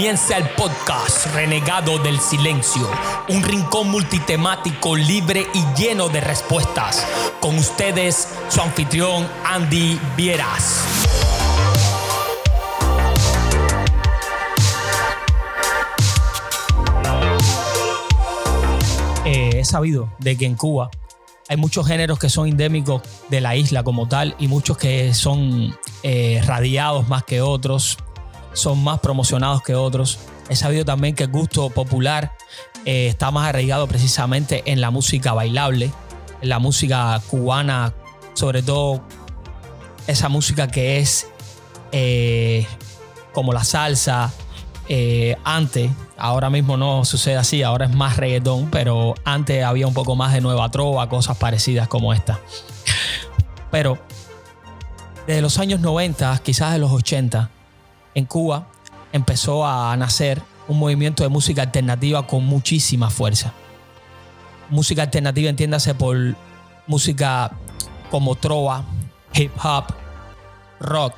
Comienza el podcast Renegado del Silencio, un rincón multitemático libre y lleno de respuestas. Con ustedes, su anfitrión Andy Vieras. He sabido de que en Cuba hay muchos géneros que son endémicos de la isla como tal y muchos que son radiados más que otros, son más promocionados que otros. He sabido también que el gusto popular está más arraigado precisamente en la música bailable, en la música cubana, sobre todo esa música que es como la salsa. Antes, ahora mismo no sucede así, ahora es más reggaetón, pero antes había un poco más de nueva trova, cosas parecidas como esta. Pero desde los años 90, quizás de los 80, en Cuba empezó a nacer un movimiento de música alternativa con muchísima fuerza. Música alternativa, entiéndase por música como trova, hip hop, rock.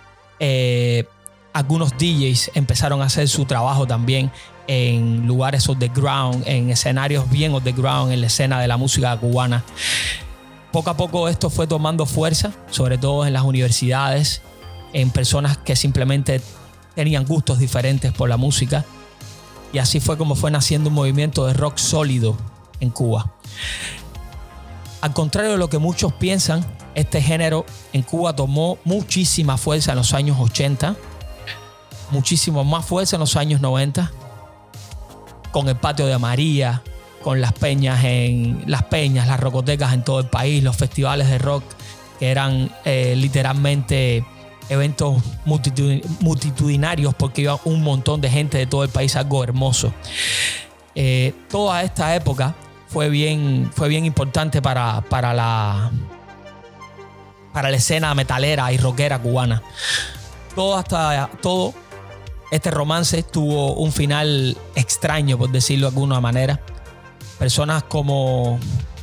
Algunos DJs empezaron a hacer su trabajo también en lugares underground, en escenarios bien underground, en la escena de la música cubana. Poco a poco esto fue tomando fuerza, sobre todo en las universidades, en personas que simplemente tenían gustos diferentes por la música. Y así fue como fue naciendo un movimiento de rock sólido en Cuba. Al contrario de lo que muchos piensan, este género en Cuba tomó muchísima fuerza en los años 80, muchísimo más fuerza en los años 90, con el Patio de María, con las peñas, las rocotecas en todo el país, los festivales de rock que eran literalmente eventos multitudinarios porque iba un montón de gente de todo el país, algo hermoso. Toda esta época fue bien importante para la escena metalera y rockera cubana. Todo este romance tuvo un final extraño, por decirlo de alguna manera. Personas como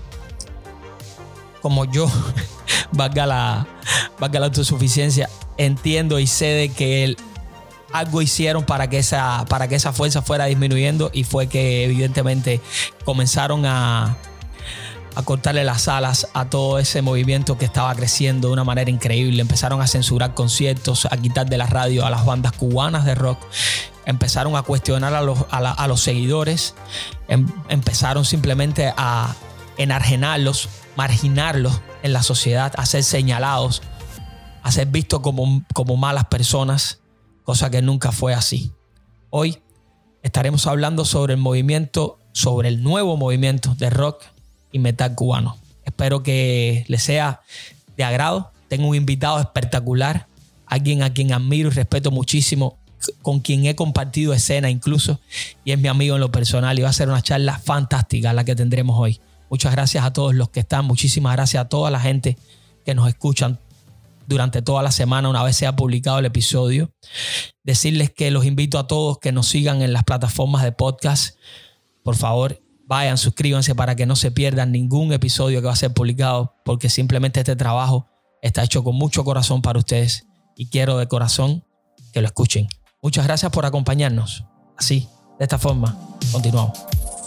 yo, valga la autosuficiencia, entiendo y sé de que algo hicieron para que esa fuerza fuera disminuyendo, y fue que evidentemente comenzaron a cortarle las alas a todo ese movimiento que estaba creciendo de una manera increíble. Empezaron a censurar conciertos, a quitar de la radio a las bandas cubanas de rock. Empezaron a cuestionar a los seguidores. Empezaron simplemente a enajenarlos, marginarlos en la sociedad, a ser señalados, a ser vistos como malas personas, cosa que nunca fue así. Hoy estaremos hablando sobre el nuevo movimiento de rock y metal cubano. Espero que les sea de agrado. Tengo un invitado espectacular, alguien a quien admiro y respeto muchísimo, con quien he compartido escena incluso, y es mi amigo en lo personal, y va a ser una charla fantástica la que tendremos hoy. Muchas gracias a todos los que están, muchísimas gracias a toda la gente que nos escuchan durante toda la semana una vez sea publicado el episodio. Decirles que los invito a todos que nos sigan en las plataformas de podcast. Por favor, vayan, suscríbanse para que no se pierdan ningún episodio que va a ser publicado, porque simplemente este trabajo está hecho con mucho corazón para ustedes y quiero de corazón que lo escuchen. Muchas gracias por acompañarnos. Así, de esta forma, continuamos.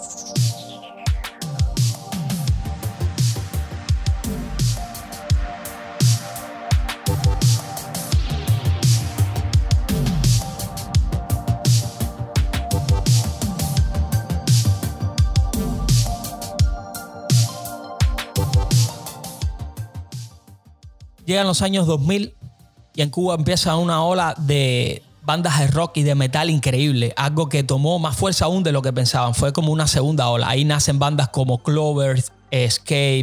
Llegan los años 2000 y en Cuba empieza una ola de bandas de rock y de metal increíble. Algo que tomó más fuerza aún de lo que pensaban. Fue como una segunda ola. Ahí nacen bandas como Clover, Escape,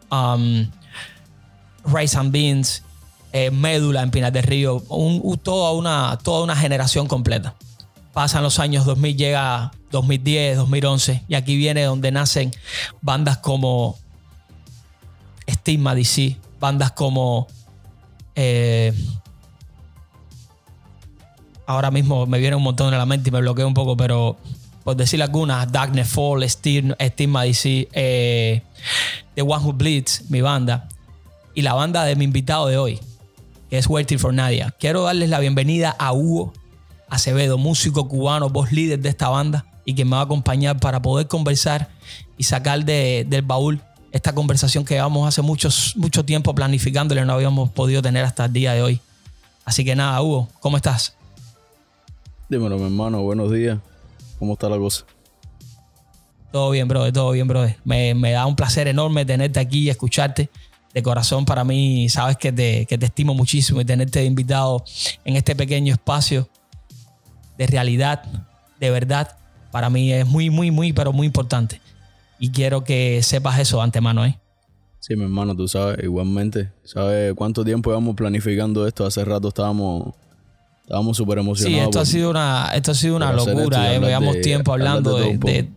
Rice and Beans, Médula en Pinar del Río. Toda una generación completa. Pasan los años 2000, llega 2010, 2011. Y aquí viene donde nacen bandas como Stigma DC. Bandas como ahora mismo me viene un montón a la mente y me bloqueo un poco, pero por decir algunas, Darkness Fall, Stigma DC, The One Who Bleeds, mi banda, y la banda de mi invitado de hoy, que es Waiting for Nadia. Quiero darles la bienvenida a Hugo Acevedo, músico cubano, voz líder de esta banda y que me va a acompañar para poder conversar y sacar del baúl esta conversación que llevamos hace mucho tiempo planificándole y no habíamos podido tener hasta el día de hoy. Así que nada, Hugo, ¿cómo estás? Dímelo, mi hermano, buenos días. ¿Cómo está la cosa? Todo bien, brother, todo bien, brother. Me da un placer enorme tenerte aquí y escucharte. De corazón, para mí, sabes que te estimo muchísimo y tenerte invitado en este pequeño espacio de realidad, de verdad, para mí es muy, pero muy importante. Y quiero que sepas eso de antemano, ¿eh? Sí, mi hermano, tú sabes, igualmente. ¿Sabes cuánto tiempo llevamos planificando esto? Hace rato estábamos súper emocionados. Sí, esto ha sido una locura. Llevamos tiempo hablando de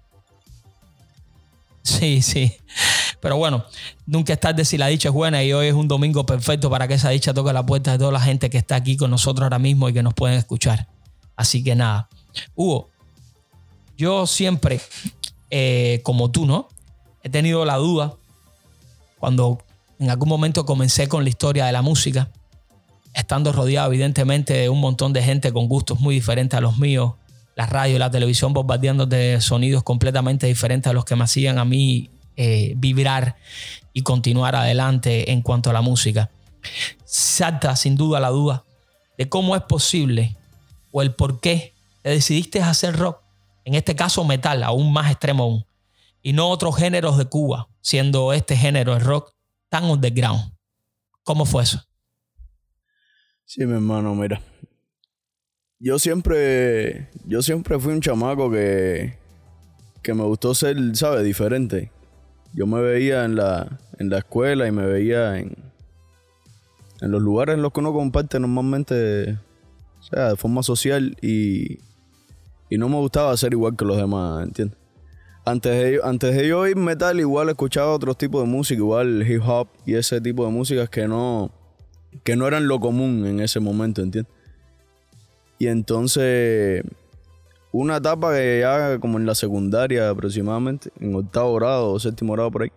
Sí. Pero bueno, nunca es tarde si la dicha es buena y hoy es un domingo perfecto para que esa dicha toque la puerta de toda la gente que está aquí con nosotros ahora mismo y que nos pueden escuchar. Así que nada. Hugo, yo siempre, como tú, ¿no? He tenido la duda cuando en algún momento comencé con la historia de la música, estando rodeado evidentemente de un montón de gente con gustos muy diferentes a los míos, la radio y la televisión bombardeando de sonidos completamente diferentes a los que me hacían a mí vibrar y continuar adelante en cuanto a la música. Salta sin duda la duda de cómo es posible o el por qué te decidiste a hacer rock, en este caso metal, aún más extremo aún, y no otros géneros de Cuba, siendo este género, el rock, tan underground. ¿Cómo fue eso? Sí, mi hermano, mira. Yo siempre fui un chamaco que me gustó ser, ¿sabes? Diferente. Yo me veía en la escuela y me veía en los lugares en los que uno comparte normalmente, o sea, de forma social y no me gustaba ser igual que los demás, ¿entiendes? Antes de yo oír metal, igual escuchaba otros tipos de música, igual hip hop y ese tipo de músicas que no eran lo común en ese momento, ¿entiendes? Y entonces, una etapa que ya como en la secundaria aproximadamente, en 8º grado o 7º grado por ahí,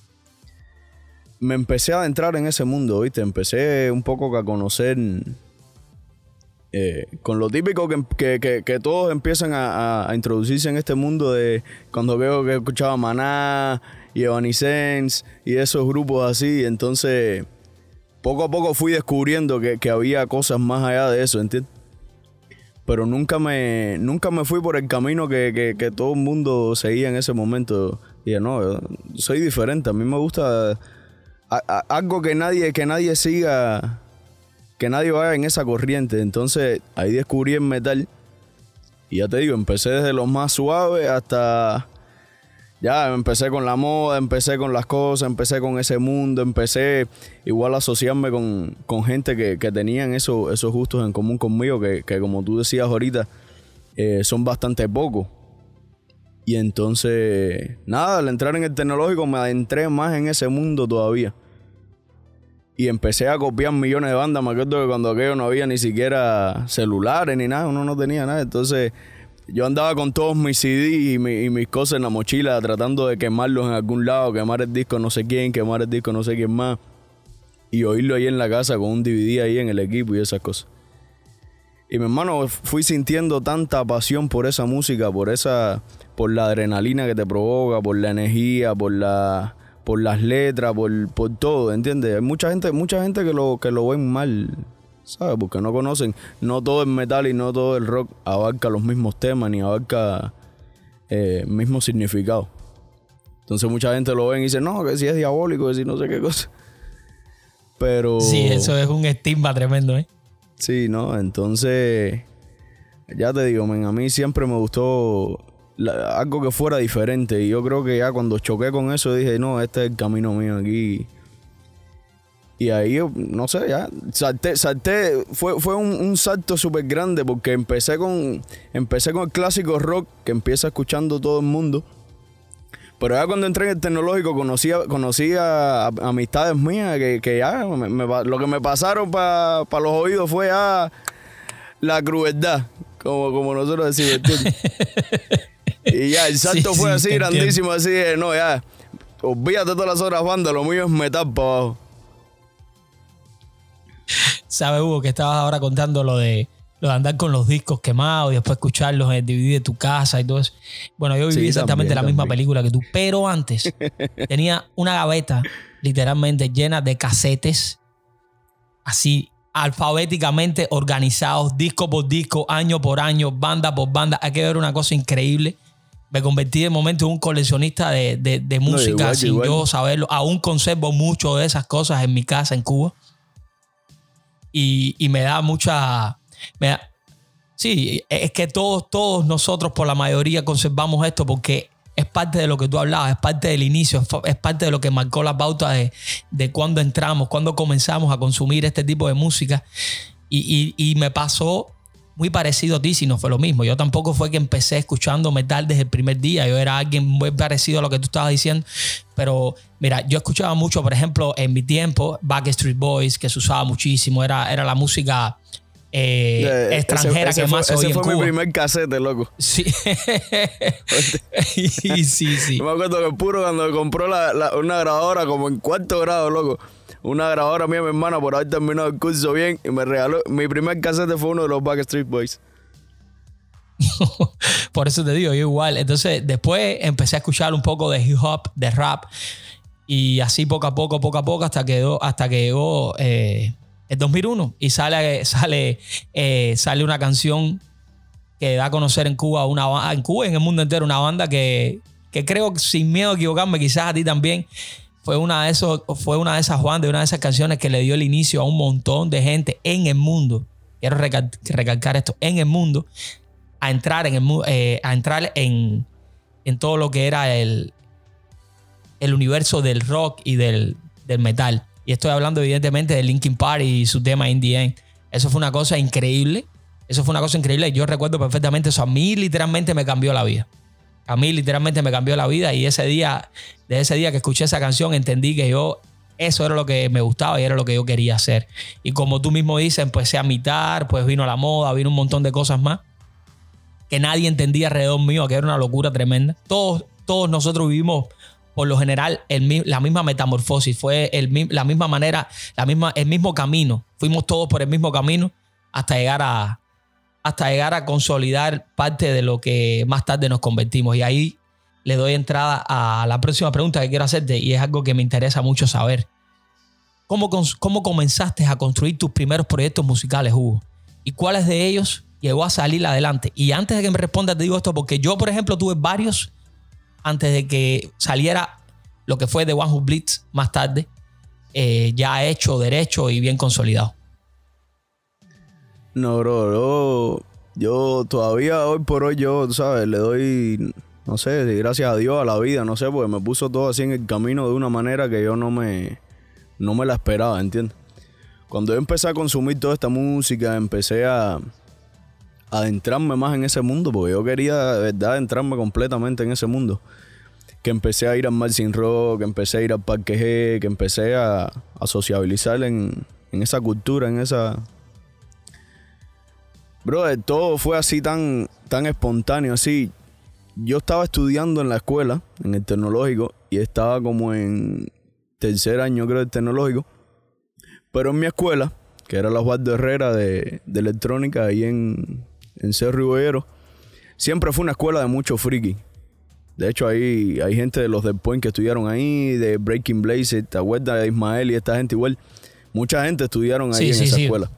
me empecé a adentrar en ese mundo, ¿viste? Empecé un poco a conocer con lo típico que todos empiezan a introducirse en este mundo de cuando veo que escuchaba Maná y Evanescence y esos grupos así. Entonces, poco a poco fui descubriendo que había cosas más allá de eso, ¿entiendes? Pero nunca me fui por el camino que todo el mundo seguía en ese momento. Dije, no, yo soy diferente. A mí me gusta algo que nadie siga, que nadie vaya en esa corriente. Entonces ahí descubrí el metal. Y ya te digo, empecé desde lo más suave hasta... Ya empecé con la moda, empecé con las cosas, empecé con ese mundo, empecé igual a asociarme con gente que tenían esos gustos en común conmigo, que como tú decías ahorita, son bastante pocos. Y entonces, nada, al entrar en el tecnológico me adentré más en ese mundo todavía. Y empecé a copiar millones de bandas. Me acuerdo que cuando aquello no había ni siquiera celulares ni nada, uno no tenía nada. Entonces yo andaba con todos mis CDs y mis cosas en la mochila tratando de quemarlos en algún lado, quemar el disco no sé quién, quemar el disco no sé quién más. Y oírlo ahí en la casa con un DVD ahí en el equipo y esas cosas. Y mi hermano, fui sintiendo tanta pasión por esa música, por la adrenalina que te provoca, por la energía, por las letras, por todo, ¿entiendes? Hay mucha gente que lo ven mal, ¿sabes? Porque no conocen. No todo el metal y no todo el rock abarca los mismos temas ni abarca el mismo significado. Entonces mucha gente lo ve y dice, no, que si es diabólico, que si no sé qué cosa. Pero... Sí, eso es un estigma tremendo, ¿eh? Sí, ¿no? Entonces, ya te digo, a mí siempre me gustó algo que fuera diferente. Y yo creo que ya cuando choqué con eso dije, no, este es el camino mío aquí. Y ahí, no sé, ya salté, fue un salto súper grande porque empecé con el clásico rock que empieza escuchando todo el mundo. Pero ya cuando entré en el tecnológico conocí a amistades mías que ya lo que me pasaron para los oídos fue la crueldad, como nosotros decimos, ¿entiendes? Y ya el salto fue así grandísimo, así de, no, ya, olvídate de todas las otras bandas, lo mío es metal para abajo. ¿Sabes, Hugo, que estabas ahora contando lo de Lo de andar con los discos quemados y después escucharlos en el DVD de tu casa y todo eso. Bueno, yo viví exactamente la misma película que tú. Pero antes tenía una gaveta literalmente llena de casetes así alfabéticamente organizados, disco por disco, año por año, banda por banda. Aquello era una cosa increíble. Me convertí de momento en un coleccionista de música igual, sin igual. yo saberlo. Aún conservo mucho de esas cosas en mi casa en Cuba. Y me da mucha... Sí, es que todos nosotros por la mayoría conservamos esto porque es parte de lo que tú hablabas, es parte del inicio, es parte de lo que marcó la pauta de cuando entramos, cuando comenzamos a consumir este tipo de música. Y me pasó muy parecido a ti, si no fue lo mismo. Yo tampoco fue que empecé escuchando metal desde el primer día. Yo era alguien muy parecido a lo que tú estabas diciendo. Pero mira, yo escuchaba mucho, por ejemplo, en mi tiempo, Backstreet Boys, que se usaba muchísimo. Era la música extranjera que más se oía en Cuba. Ese fue mi primer casete, loco. Sí. sí. Yo me acuerdo que el puro cuando me compró una grabadora como en 4º grado, loco. Una grabadora mía, mi hermana, por haber terminado el curso bien, y me regaló. Mi primer casete fue uno de los Backstreet Boys. Por eso te digo, yo igual. Entonces, después empecé a escuchar un poco de hip hop, de rap, y así poco a poco, hasta que llegó el 2001 y sale una canción que da a conocer en Cuba, en Cuba y en el mundo entero, una banda que creo, sin miedo a equivocarme, quizás a ti también, fue una de esas bandas, una de esas canciones que le dio el inicio a un montón de gente en el mundo. Quiero recalcar esto, en el mundo, a entrar en todo lo que era el universo del rock y del metal. Y estoy hablando evidentemente de Linkin Park y su tema In The End. Eso fue una cosa increíble. Y yo recuerdo perfectamente eso. A mí literalmente me cambió la vida. Y desde ese día que escuché esa canción entendí que eso era lo que me gustaba y era lo que yo quería hacer. Y como tú mismo dices, empecé a imitar, pues vino la moda, vino un montón de cosas más que nadie entendía alrededor mío, que era una locura tremenda. Todos nosotros vivimos por lo general la misma metamorfosis, fue la misma manera, el mismo camino. Fuimos todos por el mismo camino hasta llegar a consolidar parte de lo que más tarde nos convertimos. Y ahí le doy entrada a la próxima pregunta que quiero hacerte, y es algo que me interesa mucho saber. ¿Cómo comenzaste a construir tus primeros proyectos musicales, Hugo? ¿Y cuáles de ellos llegó a salir adelante? Y antes de que me respondas te digo esto porque yo, por ejemplo, tuve varios antes de que saliera lo que fue The One Who Bleeds más tarde, ya hecho, derecho y bien consolidado. No, bro, yo todavía hoy por hoy, tú sabes, le doy, no sé, gracias a Dios, a la vida, no sé, porque me puso todo así en el camino de una manera que yo no me la esperaba, ¿entiendes? Cuando yo empecé a consumir toda esta música, empecé a adentrarme más en ese mundo, porque yo quería de verdad adentrarme completamente en ese mundo. Que empecé a ir al Marcin Rock, que empecé a ir al Parque G, que empecé a sociabilizar en esa cultura, en esa... Brother, todo fue así tan espontáneo, así. Yo estaba estudiando en la escuela, en el tecnológico, y estaba como en 3er año, creo, del tecnológico. Pero en mi escuela, que era la Osvaldo Herrera de electrónica, ahí en Cerro Higuero, siempre fue una escuela de mucho friki. De hecho, hay gente de los del Point que estudiaron ahí, de Breaking Blaze, ¿te acuerdas de Ismael y esta gente igual? Mucha gente estudiaron ahí en esa escuela.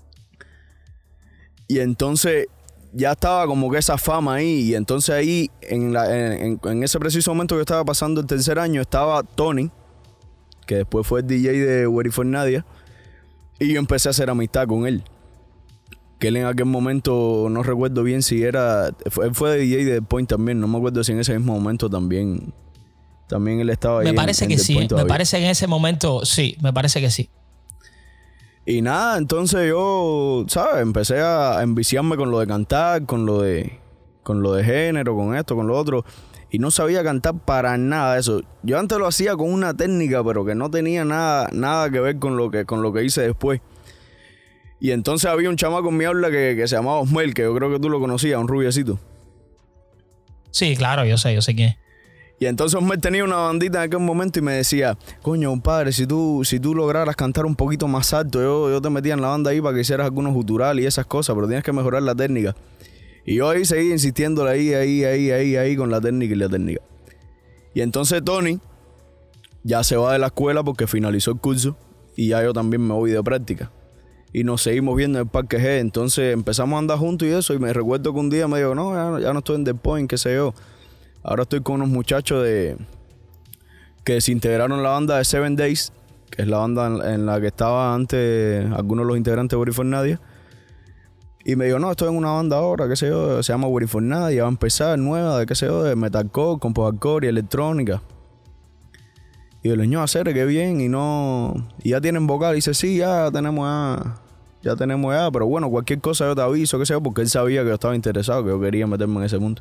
Y entonces ya estaba como que esa fama ahí. Y entonces ahí, en ese preciso momento que estaba pasando el 3er año, estaba Tony, que después fue el DJ de Where For Nadia. Y yo empecé a hacer amistad con él. Que él en aquel momento, no recuerdo bien si era... Él fue DJ de Point también. No me acuerdo si en ese mismo momento también él estaba ahí. Me parece que sí. Me parece que en ese momento sí. Me parece que sí. Y nada, entonces yo, ¿sabes? Empecé a enviciarme con lo de cantar, con lo de género, con esto, con lo otro. Y no sabía cantar para nada eso. Yo antes lo hacía con una técnica, pero que no tenía nada que ver con lo que hice después. Y entonces había un chamaco en mi aula que se llamaba Osmel, que yo creo que tú lo conocías, un rubiecito. Sí, claro, yo sé quién es. Y entonces Osmer tenía una bandita en aquel momento y me decía, coño, compadre, si tú lograras cantar un poquito más alto, yo te metía en la banda ahí para que hicieras algunos guturales y esas cosas, pero tienes que mejorar la técnica. Y yo ahí seguí insistiéndole ahí con la técnica y la técnica. Y entonces Tony ya se va de la escuela porque finalizó el curso y ya yo también me voy de práctica. Y nos seguimos viendo en el Parque G. Entonces empezamos a andar juntos y eso. Y me recuerdo que un día me dijo, no, ya no estoy en The Point, qué sé yo. Ahora estoy con unos muchachos que se integraron en la banda de 7 Days, que es la banda en la que estaba antes algunos de los integrantes de Waiting for Nadia. Y me dijo, no, estoy en una banda ahora, qué sé yo, se llama Waiting for Nadia, va a empezar nueva, de qué sé yo, de metalcore, con post-hardcore y electrónica. Y yo le dije, no, hacer qué bien, y ya tienen vocal. Y dice, sí, ya tenemos, pero bueno, cualquier cosa yo te aviso, qué sé yo, porque él sabía que yo estaba interesado, que yo quería meterme en ese mundo.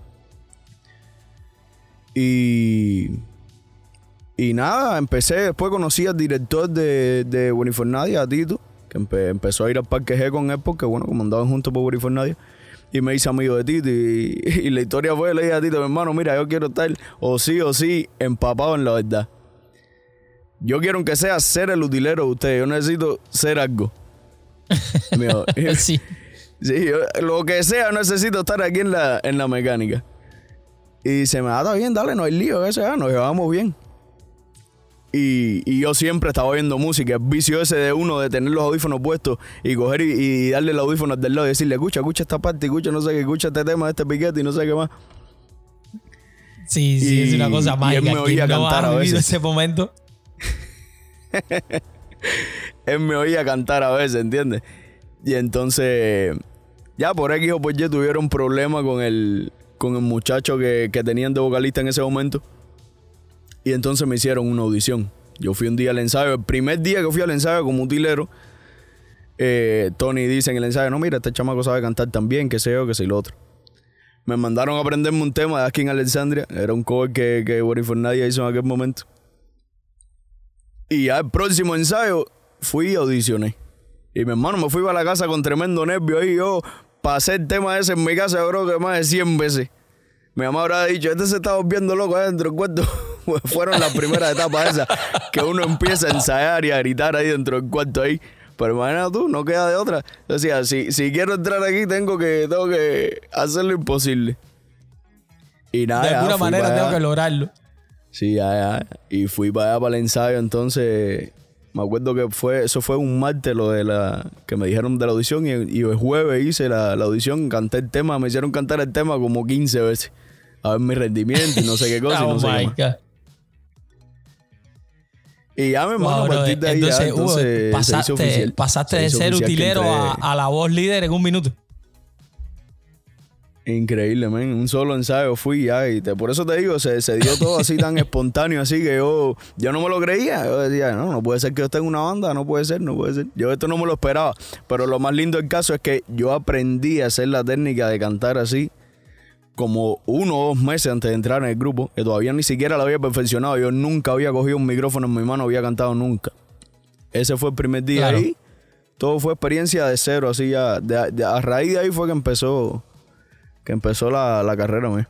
Y nada, después conocí al director de Waiting for Nadia, a Tito, que empezó a ir al Parque G con él porque, bueno, como andaban juntos por Waiting for Nadia, y me hice amigo de Tito, y la historia fue, le dije a Tito, mi hermano, mira, yo quiero estar o sí empapado en la verdad. Yo quiero que sea ser el utilero de ustedes, yo necesito ser algo. Sí. Sí, lo que sea, necesito estar aquí en la mecánica. Y se me está bien, dale, no hay lío, nos llevamos bien. Y yo siempre estaba oyendo música, el vicio ese de uno de tener los audífonos puestos y coger y darle el audífono del lado y decirle, escucha esta parte, escucha no sé qué, escucha este tema de este piquete y no sé qué más. Sí, es una cosa mágica. Y él me oía cantar a veces. Ese momento. Él me oía cantar a veces, ¿entiendes? Y entonces, ya por X o por Y tuvieron problemas con el muchacho que tenían de vocalista en ese momento. Y entonces me hicieron una audición. Yo fui un día al ensayo. El primer día que fui al ensayo como utilero, Tony dice en el ensayo, no, mira, este chamaco sabe cantar también, qué sé yo, qué sé lo otro. Me mandaron a aprenderme un tema de Asking Alexandria. Era un cover que Waiting for Nadia hizo en aquel momento. Y ya el próximo ensayo fui y audicioné. Y mi hermano me fui para la casa con tremendo nervio ahí. Yo pasé el tema ese en mi casa, yo creo que más de 100 veces. Mi mamá habrá dicho, se está volviendo loco adentro del cuarto. Fueron las primeras etapas esas que uno empieza a ensayar y a gritar ahí dentro del cuarto ahí. Pero imagínate tú, no queda de otra. Yo decía, si quiero entrar aquí, tengo que hacer lo imposible. Y nada, de alguna manera tengo que lograrlo. Sí, ya. Y fui para allá para el ensayo, entonces me acuerdo que eso fue un martes lo de que me dijeron de la audición y el jueves hice la audición, canté el tema, me hicieron cantar el tema como 15 veces. A ver mi rendimiento y no sé qué cosa y no sé qué más. Y ya, mi hermano, a partir de ahí entonces pasaste de ser utilero a la voz líder en un minuto. Increíble, man. Un solo ensayo fui ya. Y por eso te digo, se dio todo así tan espontáneo, así que yo no me lo creía. Yo decía, no puede ser que yo esté en una banda, no puede ser. Yo esto no me lo esperaba. Pero lo más lindo del caso es que yo aprendí a hacer la técnica de cantar así como 1 o 2 meses antes de entrar en el grupo, que todavía ni siquiera la había perfeccionado. Yo nunca había cogido un micrófono en mi mano, había cantado nunca. Ese fue el primer día ahí. Todo fue experiencia de cero, así ya. A raíz de ahí fue que empezó la carrera, ¿me?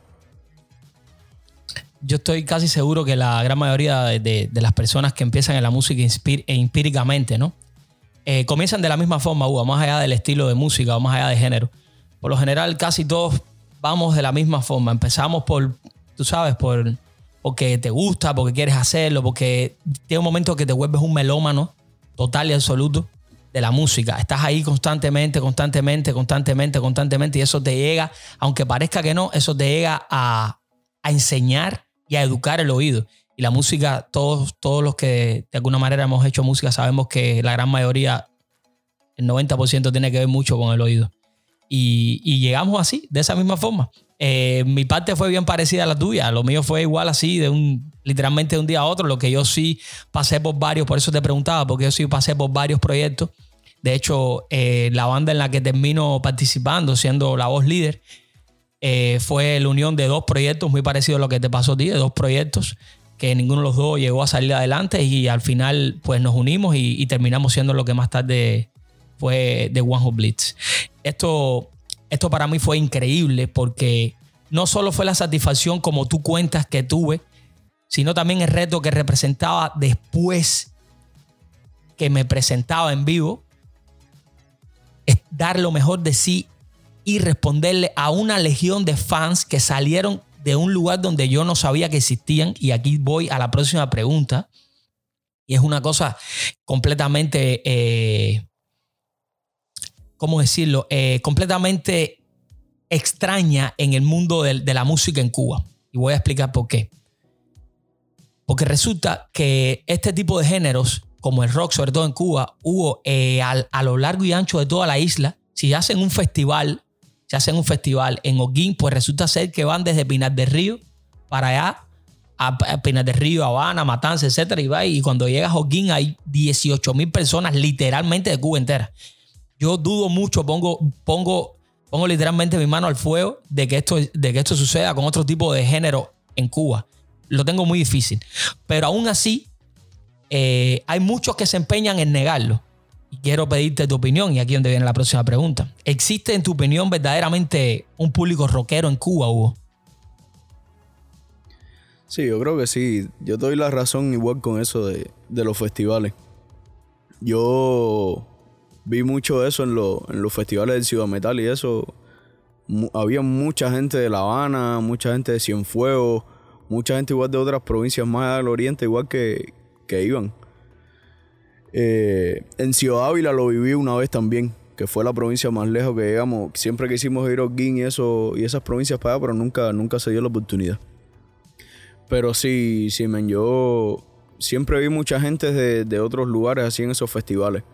Yo estoy casi seguro que la gran mayoría de las personas que empiezan en la música empíricamente, ¿no? Comienzan de la misma forma, más allá del estilo de música o más allá de género. Por lo general, casi todos vamos de la misma forma. Empezamos porque te gusta, porque quieres hacerlo, porque tiene un momento que te vuelves un melómano total y absoluto de la música. Estás ahí constantemente y eso te llega, aunque parezca que no, eso te llega a enseñar y a educar el oído. Y la música, todos los que de alguna manera hemos hecho música sabemos que la gran mayoría, el 90% tiene que ver mucho con el oído. Y llegamos así, de esa misma forma. Mi parte fue bien parecida a la tuya. Lo mío fue igual así, literalmente de un día a otro. Lo que yo sí pasé por varios, por eso te preguntaba, porque yo sí pasé por varios proyectos. De hecho, la banda en la que termino participando, siendo la voz líder, fue la unión de 2 proyectos, muy parecido a lo que te pasó a ti, de 2 proyectos, que ninguno de los 2 llegó a salir adelante y al final pues nos unimos y terminamos siendo lo que más tarde fue The One Who Bleeds. Esto para mí fue increíble porque no solo fue la satisfacción como tú cuentas que tuve sino también el reto que representaba después que me presentaba en vivo, es dar lo mejor de sí y responderle a una legión de fans que salieron de un lugar donde yo no sabía que existían. Y aquí voy a la próxima pregunta. Y es una cosa completamente, ¿cómo decirlo? Completamente extraña en el mundo de la música en Cuba. Y voy a explicar por qué. Porque resulta que este tipo de géneros, como el rock, sobre todo en Cuba, hubo a lo largo y ancho de toda la isla. Si hacen un festival en Holguín, pues resulta ser que van desde Pinar del Río para allá, a Pinar del Río, Habana, Matanza, etcétera, y cuando llegas a Holguín hay 18,000 personas literalmente de Cuba entera. Yo dudo mucho, pongo literalmente mi mano al fuego de que esto suceda con otro tipo de género en Cuba. Lo tengo muy difícil. Pero aún así, hay muchos que se empeñan en negarlo. Y quiero pedirte tu opinión, y aquí es donde viene la próxima pregunta. ¿Existe, en tu opinión, verdaderamente un público rockero en Cuba, Hugo? Sí, yo creo que sí. Yo te doy la razón igual con eso de los festivales. Yo vi mucho de eso en los festivales del Ciudad Metal y eso. Había mucha gente de La Habana, mucha gente de Cienfuegos, mucha gente igual de otras provincias más al oriente, igual que iban. En Ciudad Ávila lo viví una vez también, que fue la provincia más lejos que llegamos. Siempre quisimos ir a Holguín y esas provincias para allá, pero nunca se dio la oportunidad. Pero sí, man, yo siempre vi mucha gente de otros lugares así en esos festivales.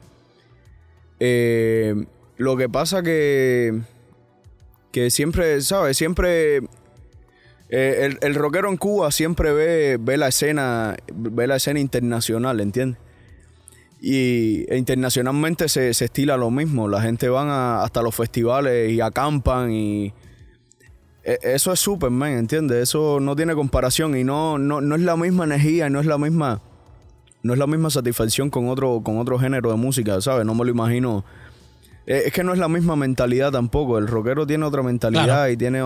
Lo que pasa que siempre, ¿sabes? Siempre el rockero en Cuba siempre ve la escena internacional, ¿entiendes? Y internacionalmente se estila lo mismo. La gente van hasta los festivales y acampan y eso es Superman, ¿entiendes? Eso no tiene comparación y no es la misma energía y no es la misma satisfacción con otro género de música, ¿sabes? No me lo imagino. Es que no es la misma mentalidad tampoco. El rockero tiene otra mentalidad, claro, y tiene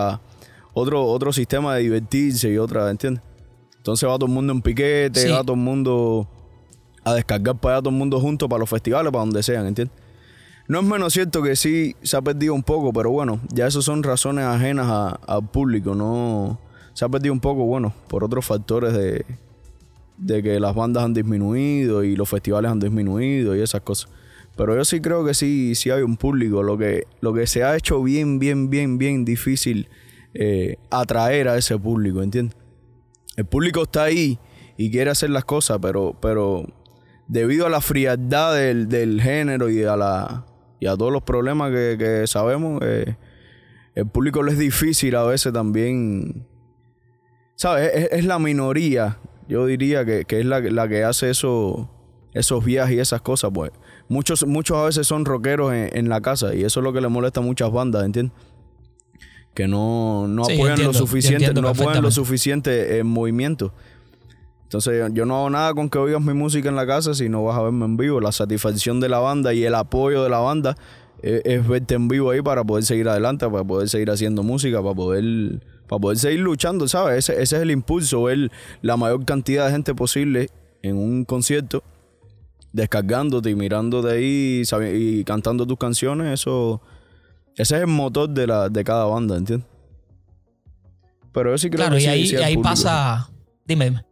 otro sistema de divertirse y otra, ¿entiendes? Entonces va todo el mundo en piquete, sí, va todo el mundo a descargar para allá, todo el mundo junto para los festivales, para donde sean, ¿entiendes? No es menos cierto que sí se ha perdido un poco, pero bueno, ya eso son razones ajenas al público, ¿no? Se ha perdido un poco, bueno, por otros factores de que las bandas han disminuido y los festivales han disminuido y esas cosas. Pero yo sí creo que sí hay un público. Lo que se ha hecho bien difícil atraer a ese público, ¿entiendes? El público está ahí y quiere hacer las cosas, pero debido a la frialdad del género y a todos los problemas que sabemos, el público le es difícil a veces también, ¿sabes? Es la minoría, yo diría que es la que hace esos viajes y esas cosas, pues. Muchos a veces son rockeros en la casa y eso es lo que le molesta a muchas bandas, ¿entiendes? Que no sí, apoyan lo suficiente, no apoyan lo suficiente en movimiento. Entonces yo no hago nada con que oigas mi música en la casa si no vas a verme en vivo. La satisfacción de la banda y el apoyo de la banda es verte en vivo ahí para poder seguir adelante, para poder seguir haciendo música, para poder seguir luchando, ¿sabes? Ese es el impulso, ver la mayor cantidad de gente posible en un concierto, descargándote y mirándote ahí y cantando tus canciones. Ese es el motor de cada banda, ¿entiendes? Pero yo sí creo que y sí, ahí pasa... Dime.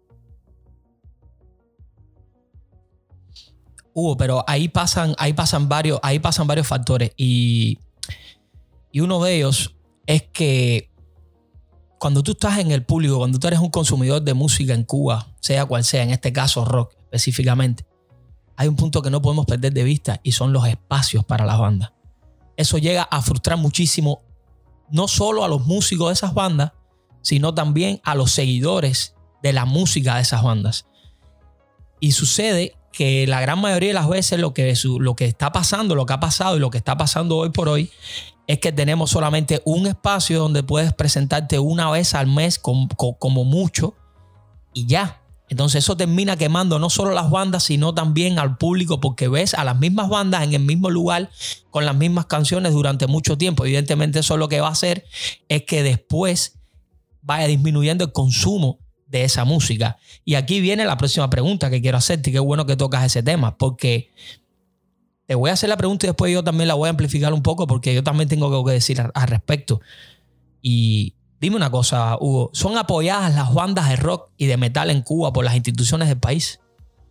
Hugo, pero ahí pasan varios factores y uno de ellos es que cuando tú estás en el público, cuando tú eres un consumidor de música en Cuba, sea cual sea, en este caso rock específicamente, hay un punto que no podemos perder de vista y son los espacios para las bandas. Eso llega a frustrar muchísimo no solo a los músicos de esas bandas, sino también a los seguidores de la música de esas bandas. Y sucede que la gran mayoría de las veces lo que está pasando, lo que ha pasado y lo que está pasando hoy por hoy es que tenemos solamente un espacio donde puedes presentarte una vez al mes como mucho y ya. Entonces eso termina quemando no solo las bandas, sino también al público, porque ves a las mismas bandas en el mismo lugar con las mismas canciones durante mucho tiempo. Evidentemente eso lo que va a hacer es que después vaya disminuyendo el consumo de esa música. Y aquí viene la próxima pregunta que quiero hacerte, y qué bueno que tocas ese tema, porque te voy a hacer la pregunta y después yo también la voy a amplificar un poco, porque yo también tengo algo que decir al respecto. Y dime una cosa, Hugo, ¿son apoyadas las bandas de rock y de metal en Cuba por las instituciones del país?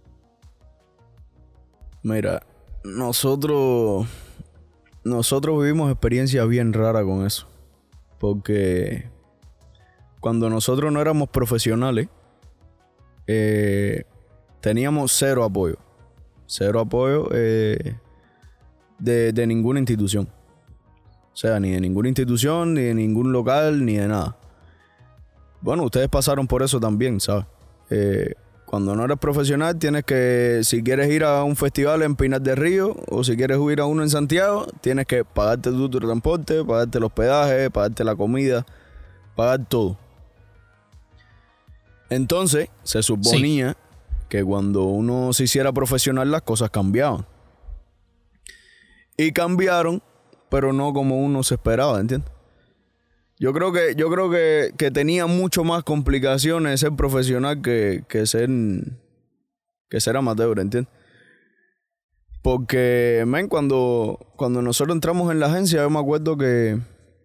Mira, nosotros vivimos experiencias bien raras con eso. Porque cuando nosotros no éramos profesionales, teníamos cero apoyo. Cero apoyo de ninguna institución. O sea, ni de ninguna institución, ni de ningún local, ni de nada. Bueno, ustedes pasaron por eso también, ¿sabes? Cuando no eres profesional, tienes que, si quieres ir a un festival en Pinar del Río, o si quieres ir a uno en Santiago, tienes que pagarte tu transporte, pagarte el hospedaje, pagarte la comida, pagar todo. Entonces, se suponía que cuando uno se hiciera profesional, las cosas cambiaban. Y cambiaron, pero no como uno se esperaba, ¿entiendes? Yo creo que tenía mucho más complicaciones ser profesional que ser amateur, ¿entiendes? Porque, cuando nosotros entramos en la agencia, yo me acuerdo que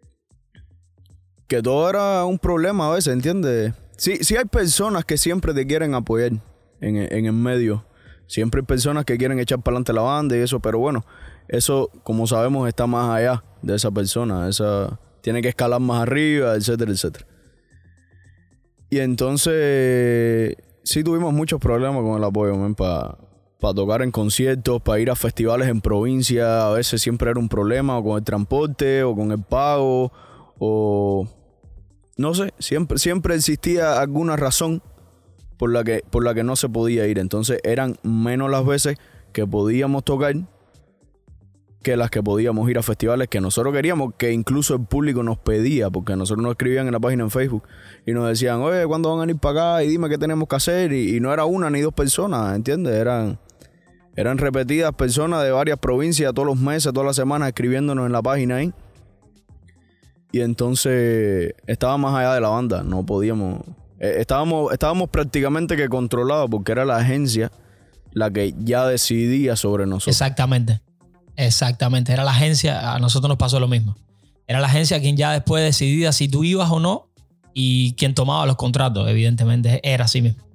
todo era un problema a veces, ¿entiendes? Sí hay personas que siempre te quieren apoyar en el medio. Siempre hay personas que quieren echar para adelante la banda y eso, pero bueno, eso, como sabemos, está más allá de esa persona. Tiene que escalar más arriba, etcétera, etcétera. Y entonces sí tuvimos muchos problemas con el apoyo, para tocar en conciertos, para ir a festivales en provincia. A veces siempre era un problema, o con el transporte, o con el pago, o no sé, siempre existía alguna razón por la que no se podía ir. Entonces eran menos las veces que podíamos tocar que las que podíamos ir a festivales que nosotros queríamos, que incluso el público nos pedía, porque nosotros nos escribían en la página en Facebook y nos decían, oye, ¿cuándo van a ir para acá? Y dime qué tenemos que hacer. Y no era una ni dos personas, ¿entiendes? Eran repetidas personas de varias provincias todos los meses, todas las semanas, escribiéndonos en la página ahí. Y entonces estaba más allá de la banda, no podíamos... Estábamos prácticamente que controlados, porque era la agencia la que ya decidía sobre nosotros. Exactamente, era la agencia, a nosotros nos pasó lo mismo. Era la agencia quien ya después decidía si tú ibas o no, y quien tomaba los contratos, evidentemente, era así mismo.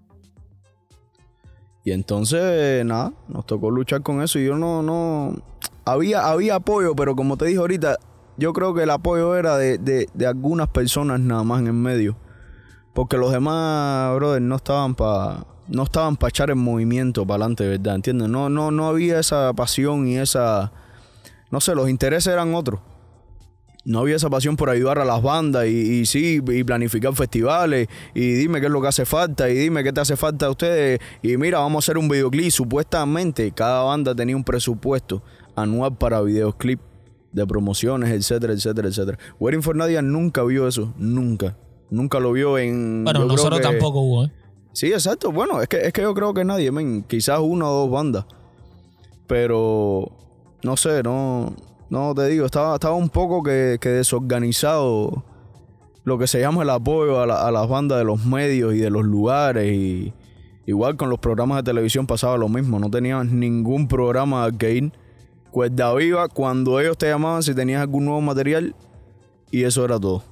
Y entonces, nada, nos tocó luchar con eso. Y yo no... Había apoyo, pero como te dije ahorita, yo creo que el apoyo era de algunas personas nada más en el medio. Porque los demás, brother, no estaban para echar el movimiento para adelante, ¿verdad? ¿Entiendes? No había esa pasión y esa... No sé, los intereses eran otros. No había esa pasión por ayudar a las bandas y planificar festivales y dime qué es lo que hace falta y dime qué te hace falta a ustedes y mira, vamos a hacer un videoclip. Supuestamente cada banda tenía un presupuesto anual para videoclip de promociones, etcétera, etcétera, etcétera. Waiting for Nadia nunca vio eso, nunca lo vio en... Bueno, nosotros tampoco hubo, ¿eh? Sí, exacto. Bueno, es que yo creo que nadie, quizás una o dos bandas. Pero no sé, no te digo, estaba un poco que desorganizado lo que se llama el apoyo a las bandas de los medios y de los lugares. Y igual con los programas de televisión pasaba lo mismo. No tenías ningún programa que ir cuerda viva cuando ellos te llamaban si tenías algún nuevo material, y eso era todo.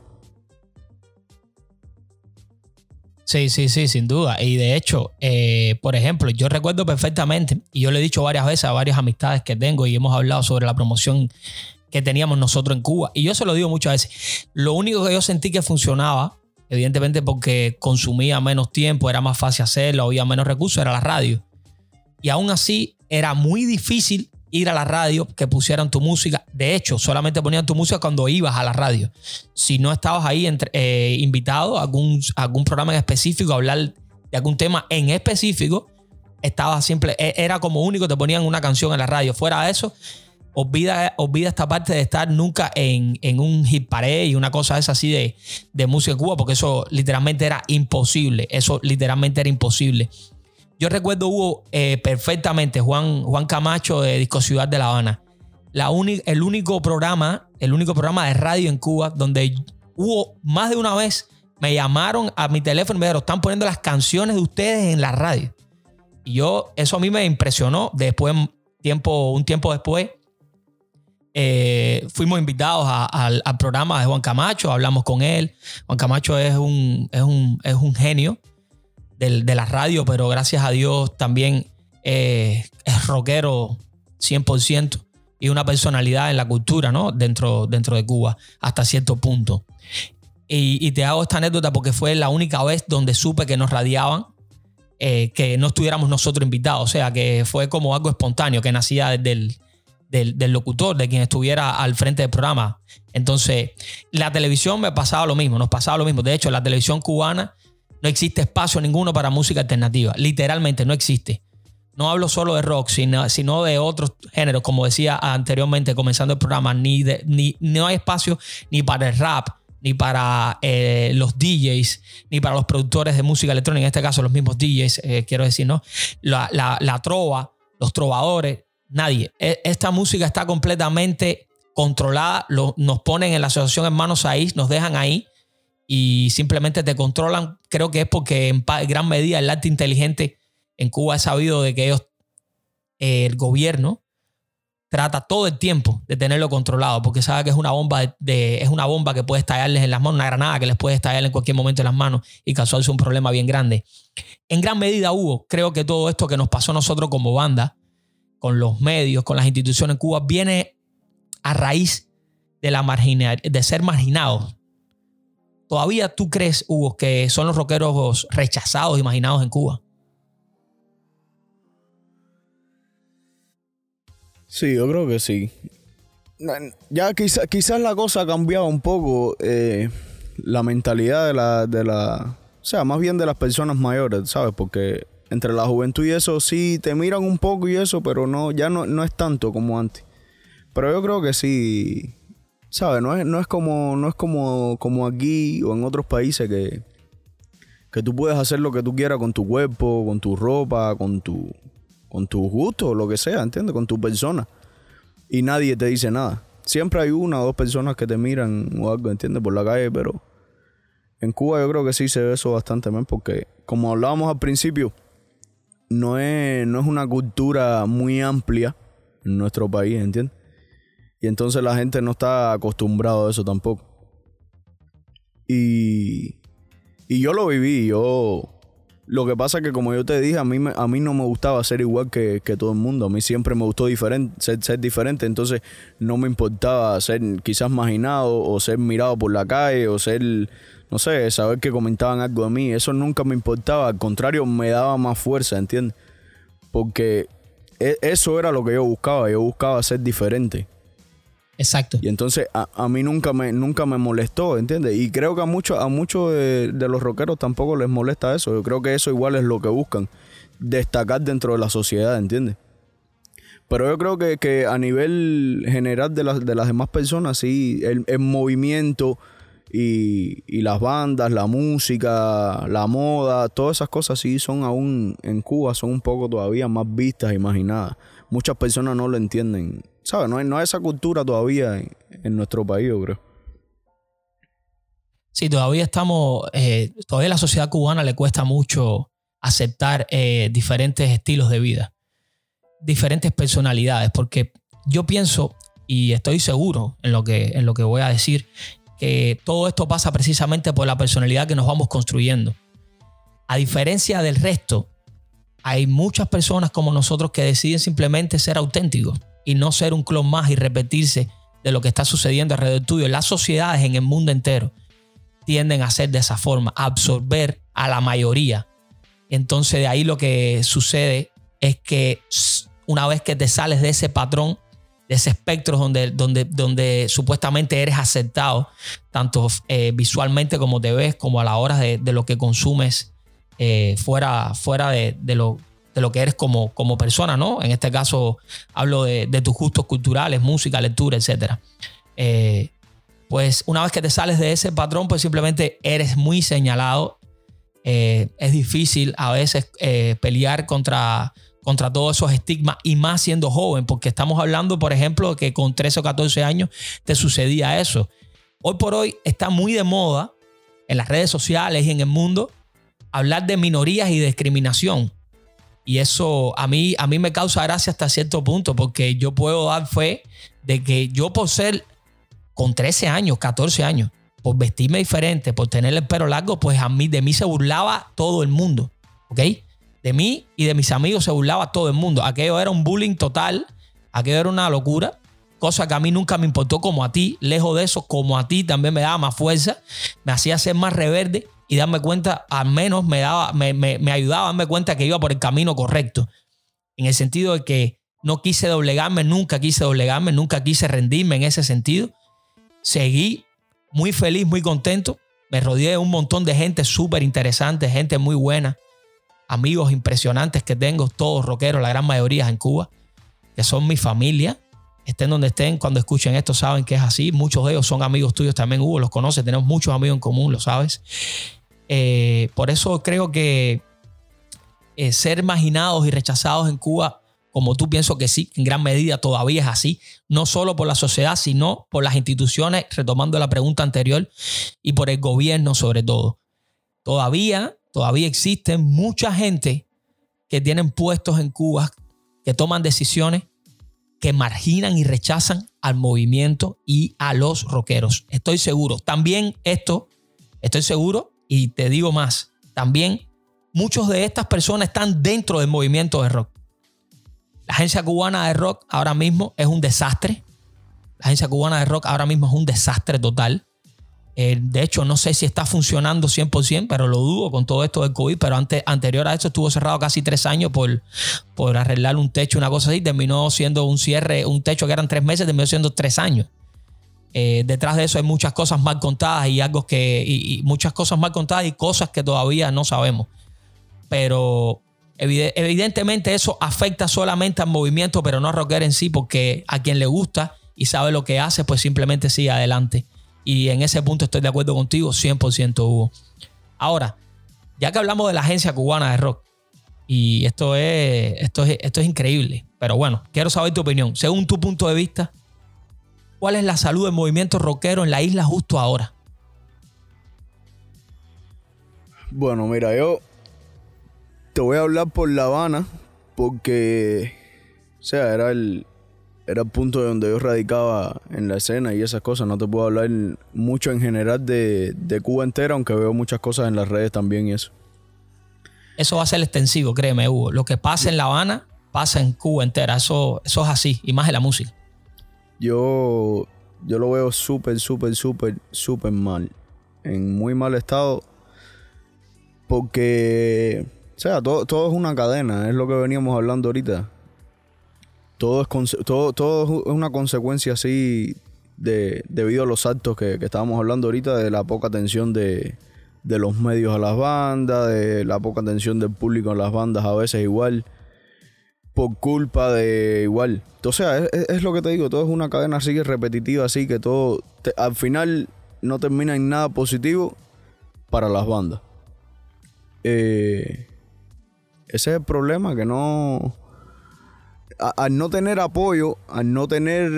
Sí, sin duda. Y de hecho, por ejemplo, yo recuerdo perfectamente, y yo le he dicho varias veces a varias amistades que tengo y hemos hablado sobre la promoción que teníamos nosotros en Cuba. Y yo se lo digo muchas veces. Lo único que yo sentí que funcionaba, evidentemente porque consumía menos tiempo, era más fácil hacerlo, había menos recursos, era la radio. Y aún así, era muy difícil ir a la radio que pusieran tu música. De hecho, solamente ponían tu música cuando ibas a la radio. Si no estabas ahí invitado a algún programa en específico, a hablar de algún tema en específico, era como único, te ponían una canción en la radio. Fuera de eso, olvida esta parte de estar nunca en un hit parade y una cosa esa así de música en Cuba, porque eso literalmente era imposible. Yo recuerdo Hugo perfectamente, Juan Camacho de Disco Ciudad de La Habana. El único programa de radio en Cuba donde hubo más de una vez me llamaron a mi teléfono y me dijeron, están poniendo las canciones de ustedes en la radio. Y eso a mí me impresionó. Después, un tiempo después, fuimos invitados al programa de Juan Camacho, hablamos con él. Juan Camacho es un genio de la radio, pero gracias a Dios también es rockero 100% y una personalidad en la cultura, ¿no? dentro de Cuba hasta cierto punto. Y te hago esta anécdota porque fue la única vez donde supe que nos radiaban, que no estuviéramos nosotros invitados. O sea, que fue como algo espontáneo que nacía del locutor, de quien estuviera al frente del programa. Entonces, la televisión nos pasaba lo mismo. De hecho, la televisión cubana no existe espacio ninguno para música alternativa. Literalmente no existe. No hablo solo de rock, sino de otros géneros. Como decía anteriormente, comenzando el programa, no hay espacio ni para el rap, ni para los DJs, ni para los productores de música electrónica, en este caso los mismos DJs, quiero decir, ¿no? La trova, los trovadores, nadie. Esta música está completamente controlada. Nos ponen en la asociación Hermanos Saiz, nos dejan ahí y simplemente te controlan. Creo que es porque en gran medida el arte inteligente en Cuba es sabido de que el gobierno trata todo el tiempo de tenerlo controlado, porque sabe que es una bomba que puede estallarles en las manos, una granada que les puede estallar en cualquier momento en las manos y causarse un problema bien grande. En gran medida, Hugo, creo que todo esto que nos pasó a nosotros como banda, con los medios, con las instituciones en Cuba, viene a raíz de ser marginados. ¿Todavía tú crees, Hugo, que son los rockeros rechazados y marginados en Cuba? Sí, yo creo que sí. Ya quizás la cosa ha cambiado un poco, la mentalidad o sea, más bien de las personas mayores, ¿sabes? Porque entre la juventud y eso sí te miran un poco y eso, pero ya no es tanto como antes. Pero yo creo que sí, ¿sabes? No es como aquí o en otros países que tú puedes hacer lo que tú quieras con tu cuerpo, con tu ropa, con tus gustos, lo que sea, ¿entiendes? Con tu persona. Y nadie te dice nada. Siempre hay una o dos personas que te miran o algo, ¿entiendes? Por la calle, pero en Cuba yo creo que sí se ve eso bastante bien, porque como hablábamos al principio, no es una cultura muy amplia en nuestro país, ¿entiendes? Y entonces la gente no está acostumbrada a eso tampoco. Y yo lo viví, Lo que pasa es que, como yo te dije, a mí no me gustaba ser igual que todo el mundo. A mí siempre me gustó ser diferente. Entonces no me importaba ser quizás marginado o ser mirado por la calle o ser, no sé, saber que comentaban algo de mí. Eso nunca me importaba. Al contrario, me daba más fuerza, ¿entiendes? Porque eso era lo que yo buscaba. Yo buscaba ser diferente. Exacto. Y entonces a mí nunca me molestó, ¿entiendes? Y creo que a muchos de los rockeros tampoco les molesta eso. Yo creo que eso igual es lo que buscan, destacar dentro de la sociedad, ¿entiendes? Pero yo creo que a nivel general de las demás personas, sí, el movimiento y las bandas, la música, la moda, todas esas cosas sí son aún en Cuba, son un poco todavía más vistas, imaginadas. Muchas personas no lo entienden, ¿sabes? No hay esa cultura todavía en nuestro país, yo creo. Sí, todavía todavía a la sociedad cubana le cuesta mucho aceptar diferentes estilos de vida, diferentes personalidades, porque yo pienso y estoy seguro en lo que voy a decir, que todo esto pasa precisamente por la personalidad que nos vamos construyendo. A diferencia del resto, hay muchas personas como nosotros que deciden simplemente ser auténticos y no ser un clon más y repetirse de lo que está sucediendo alrededor tuyo. Las sociedades en el mundo entero tienden a ser de esa forma, a absorber a la mayoría. Entonces de ahí lo que sucede es que una vez que te sales de ese patrón, de ese espectro donde supuestamente eres aceptado, tanto visualmente como te ves, como a la hora de lo que consumes fuera de lo que eres como persona, ¿no? En este caso hablo de tus gustos culturales, música, lectura, etc. Pues una vez que te sales de ese patrón, pues simplemente eres muy señalado. Es difícil a veces pelear contra todos esos estigmas, y más siendo joven, porque estamos hablando, por ejemplo, que con 13 o 14 años te sucedía eso. Hoy por hoy está muy de moda en las redes sociales y en el mundo, hablar de minorías y discriminación. Y eso a mí me causa gracia hasta cierto punto, porque yo puedo dar fe de que yo, por ser con 13 años, 14 años, por vestirme diferente, por tener el pelo largo, pues de mí se burlaba todo el mundo. ¿Ok? De mí y de mis amigos se burlaba todo el mundo. Aquello era un bullying total. Aquello era una locura. Cosa que a mí nunca me importó como a ti. Lejos de eso, como a ti también me daba más fuerza. Me hacía ser más rebelde y darme cuenta, al menos me ayudaba a darme cuenta que iba por el camino correcto. En el sentido de que no quise doblegarme, nunca quise rendirme en ese sentido. Seguí muy feliz, muy contento. Me rodeé de un montón de gente súper interesante, gente muy buena. Amigos impresionantes que tengo, todos rockeros, la gran mayoría en Cuba, que son mi familia. Estén donde estén, cuando escuchen esto saben que es así. Muchos de ellos son amigos tuyos también, Hugo, los conoces, tenemos muchos amigos en común, lo sabes. Por eso creo que ser marginados y rechazados en Cuba, como tú, pienso que sí, en gran medida todavía es así. No solo por la sociedad, sino por las instituciones, retomando la pregunta anterior, y por el gobierno sobre todo. Todavía existen mucha gente que tienen puestos en Cuba, que toman decisiones, que marginan y rechazan al movimiento y a los rockeros. Estoy seguro. También estoy seguro, y te digo más, también muchos de estas personas están dentro del movimiento de rock. La agencia cubana de rock ahora mismo es un desastre. La agencia cubana de rock ahora mismo es un desastre total. De hecho, no sé si está funcionando 100%, pero lo dudo con todo esto del COVID. Pero anterior a esto estuvo cerrado casi 3 años por arreglar un techo, una cosa así. Terminó siendo un cierre, un techo que eran 3 meses, terminó siendo 3 años. Detrás de eso hay muchas cosas mal contadas y muchas cosas mal contadas y cosas que todavía no sabemos. Pero evidentemente eso afecta solamente al movimiento, pero no a rockero en sí, porque a quien le gusta y sabe lo que hace, pues simplemente sigue adelante. Y en ese punto estoy de acuerdo contigo 100%, Hugo. Ahora, ya que hablamos de la agencia cubana de rock, y esto es increíble, pero bueno, quiero saber tu opinión. Según tu punto de vista, ¿cuál es la salud del movimiento rockero en la isla justo ahora? Bueno, mira, yo te voy a hablar por La Habana porque, o sea, era el punto de donde yo radicaba en la escena y esas cosas. No te puedo hablar mucho en general de Cuba entera, aunque veo muchas cosas en las redes también y eso. Eso va a ser extensivo, créeme, Hugo. Lo que pasa en La Habana pasa en Cuba entera. Eso es así, y más en la música. Yo lo veo súper mal. En muy mal estado. Porque, o sea, todo es una cadena. Es lo que veníamos hablando ahorita. Todo es una consecuencia así debido a los actos que estábamos hablando ahorita, de la poca atención de los medios a las bandas, de la poca atención del público a las bandas a veces igual, por culpa de igual. O sea, es lo que te digo, todo es una cadena así repetitiva, así que todo al final no termina en nada positivo para las bandas. Ese es el problema, que no... Al no tener apoyo, al no tener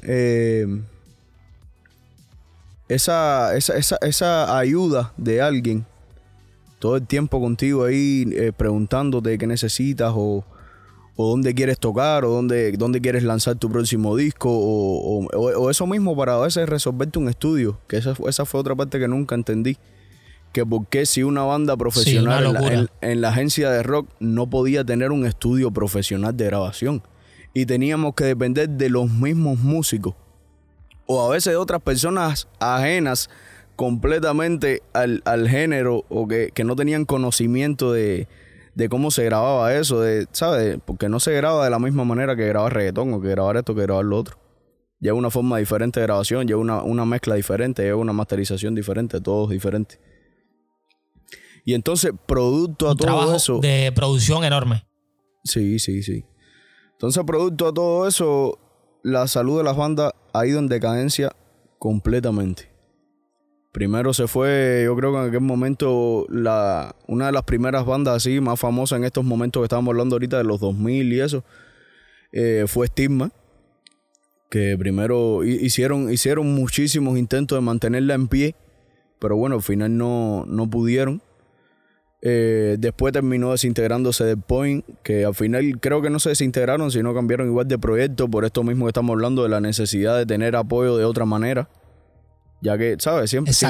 esa ayuda de alguien todo el tiempo contigo ahí, preguntándote qué necesitas o dónde quieres tocar o dónde quieres lanzar tu próximo disco o eso mismo, para a veces resolverte un estudio, que esa fue otra parte que nunca entendí. Que por qué si una banda profesional en la agencia de rock no podía tener un estudio profesional de grabación y teníamos que depender de los mismos músicos o a veces de otras personas ajenas completamente al género o que no tenían conocimiento de cómo se grababa eso, ¿sabes? Porque no se graba de la misma manera que grabar reggaetón o que grabar esto, que grabar lo otro. Lleva una forma diferente de grabación, lleva una mezcla diferente, lleva una masterización diferente, todo es diferente. Y entonces, producto a todo eso... de producción enorme. Sí. Entonces, producto a todo eso, la salud de las bandas ha ido en decadencia completamente. Primero se fue, yo creo que en aquel momento, una de las primeras bandas así más famosas en estos momentos que estábamos hablando ahorita de los 2000 y eso, fue Stigma, que primero hicieron muchísimos intentos de mantenerla en pie, pero bueno, al final no pudieron. Después terminó desintegrándose The Point, que al final creo que no se desintegraron, sino cambiaron igual de proyecto, por esto mismo que estamos hablando de la necesidad de tener apoyo de otra manera. Ya que, ¿sabes?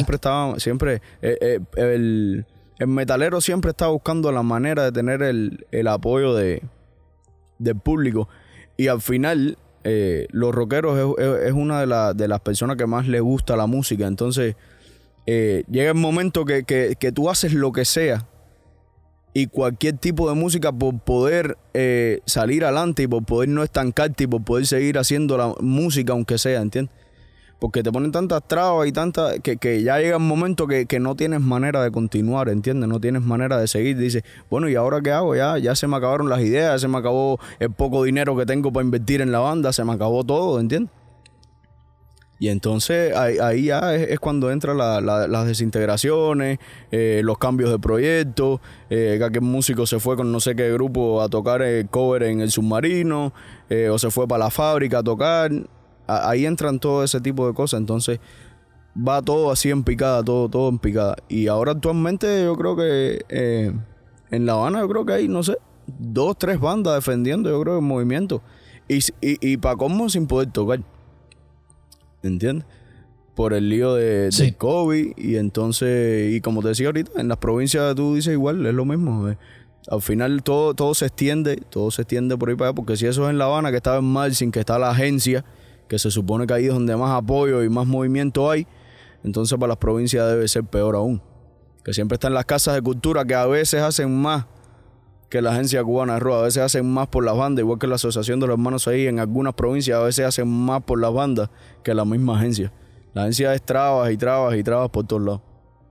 El metalero siempre está buscando la manera de tener el apoyo del público. Y al final, los rockeros es una de las personas que más les gusta la música. Entonces, llega el momento que tú haces lo que sea y cualquier tipo de música por poder salir adelante y por poder no estancarte y por poder seguir haciendo la música aunque sea, ¿entiendes? Porque te ponen tantas trabas y tantas que ya llega un momento que no tienes manera de continuar, ¿entiendes? No tienes manera de seguir. Dices, bueno, ¿y ahora qué hago? Ya se me acabaron las ideas, ya se me acabó el poco dinero que tengo para invertir en la banda, se me acabó todo, ¿entiendes? Y entonces ahí ya es cuando entran las desintegraciones, los cambios de proyecto, que aquel músico se fue con no sé qué grupo a tocar el cover en el Submarino, o se fue para la fábrica a tocar. Ahí entran todo ese tipo de cosas. Entonces va todo así en picada, todo en picada. Y ahora actualmente yo creo que en La Habana yo creo que hay, no sé, 2, 3 bandas defendiendo, yo creo, el movimiento. Y para cómo sin poder tocar, ¿entiendes? Por el lío de COVID. Y entonces, y como te decía ahorita, en las provincias tú dices igual, es lo mismo. Al final todo se extiende por ahí para allá. Porque si eso es en La Habana, que estaba en mal, sin que está la agencia, que se supone que ahí es donde más apoyo y más movimiento hay, entonces para las provincias debe ser peor aún. Que siempre están las casas de cultura que a veces hacen más que la agencia cubana de rock, a veces hacen más por las bandas, igual que la asociación de los hermanos ahí en algunas provincias, a veces hacen más por las bandas que la misma agencia. La agencia es trabas y trabas y trabas por todos lados.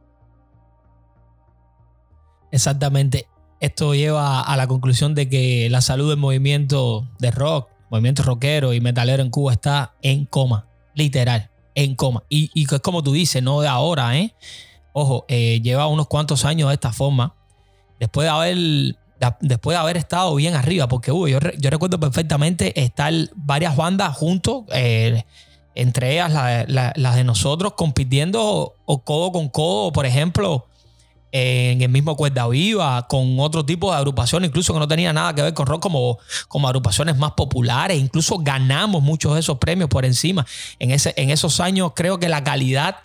Exactamente. Esto lleva a la conclusión de que la salud del movimiento de rock, movimiento rockero y metalero en Cuba está en coma, literal, en coma. Y es como tú dices, no de ahora, ¿eh? Ojo, lleva unos cuantos años de esta forma, después de haber estado bien arriba, porque yo recuerdo perfectamente estar varias bandas juntos, entre ellas las de nosotros, compitiendo codo con codo, por ejemplo, en el mismo Cuerda Viva, con otro tipo de agrupaciones, incluso que no tenía nada que ver con rock, como agrupaciones más populares. Incluso ganamos muchos de esos premios por encima. En esos años creo que la calidad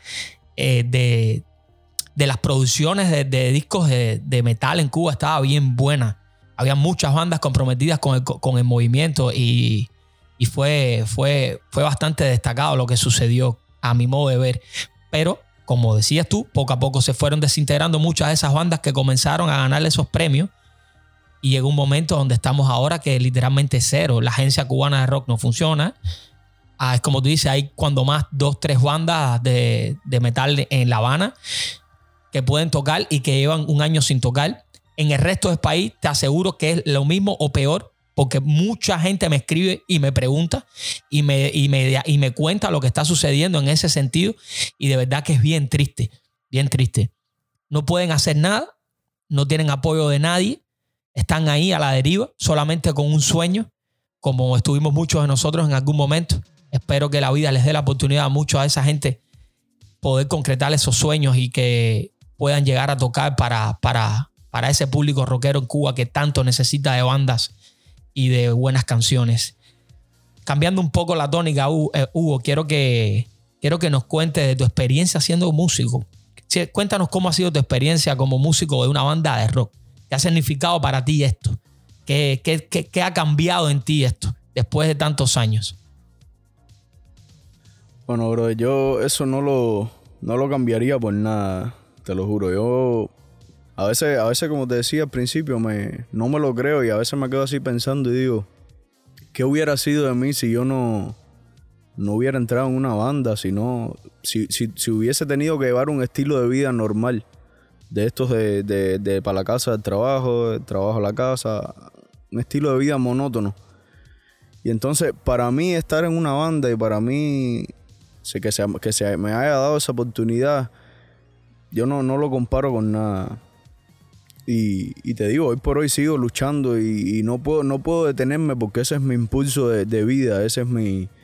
de las producciones de discos de metal en Cuba estaba bien buena. Había muchas bandas comprometidas con el movimiento y fue bastante destacado lo que sucedió a mi modo de ver. Pero como decías tú, poco a poco se fueron desintegrando muchas de esas bandas que comenzaron a ganarle esos premios y llegó un momento donde estamos ahora que literalmente cero. La agencia cubana de rock no funciona. Es como tú dices, hay cuando más 2, 3 bandas de metal en La Habana que pueden tocar y que llevan un año sin tocar. En el resto del país te aseguro que es lo mismo o peor, porque mucha gente me escribe y me pregunta y me cuenta lo que está sucediendo en ese sentido, y de verdad que es bien triste, bien triste. No pueden hacer nada, no tienen apoyo de nadie, están ahí a la deriva, solamente con un sueño, como estuvimos muchos de nosotros en algún momento. Espero que la vida les dé la oportunidad a mucha de esa gente poder concretar esos sueños y que puedan llegar a tocar para ese público rockero en Cuba que tanto necesita de bandas y de buenas canciones. Cambiando un poco la tónica, Hugo, quiero que nos cuentes de tu experiencia siendo músico. Cuéntanos cómo ha sido tu experiencia como músico de una banda de rock. ¿Qué ha significado para ti esto? ¿Qué ha cambiado en ti esto después de tantos años? Bueno, bro, yo eso no lo cambiaría por nada, te lo juro. Yo a veces como te decía al principio, no me lo creo y a veces me quedo así pensando y digo, ¿qué hubiera sido de mí si yo no hubiera entrado en una banda? Si hubiese tenido que llevar un estilo de vida normal, de estos de para la casa del trabajo a la casa, un estilo de vida monótono. Y entonces, para mí estar en una banda y para mí que se me haya dado esa oportunidad, yo no lo comparo con nada. Y te digo, hoy por hoy sigo luchando y no puedo detenerme porque ese es mi impulso de vida, ese es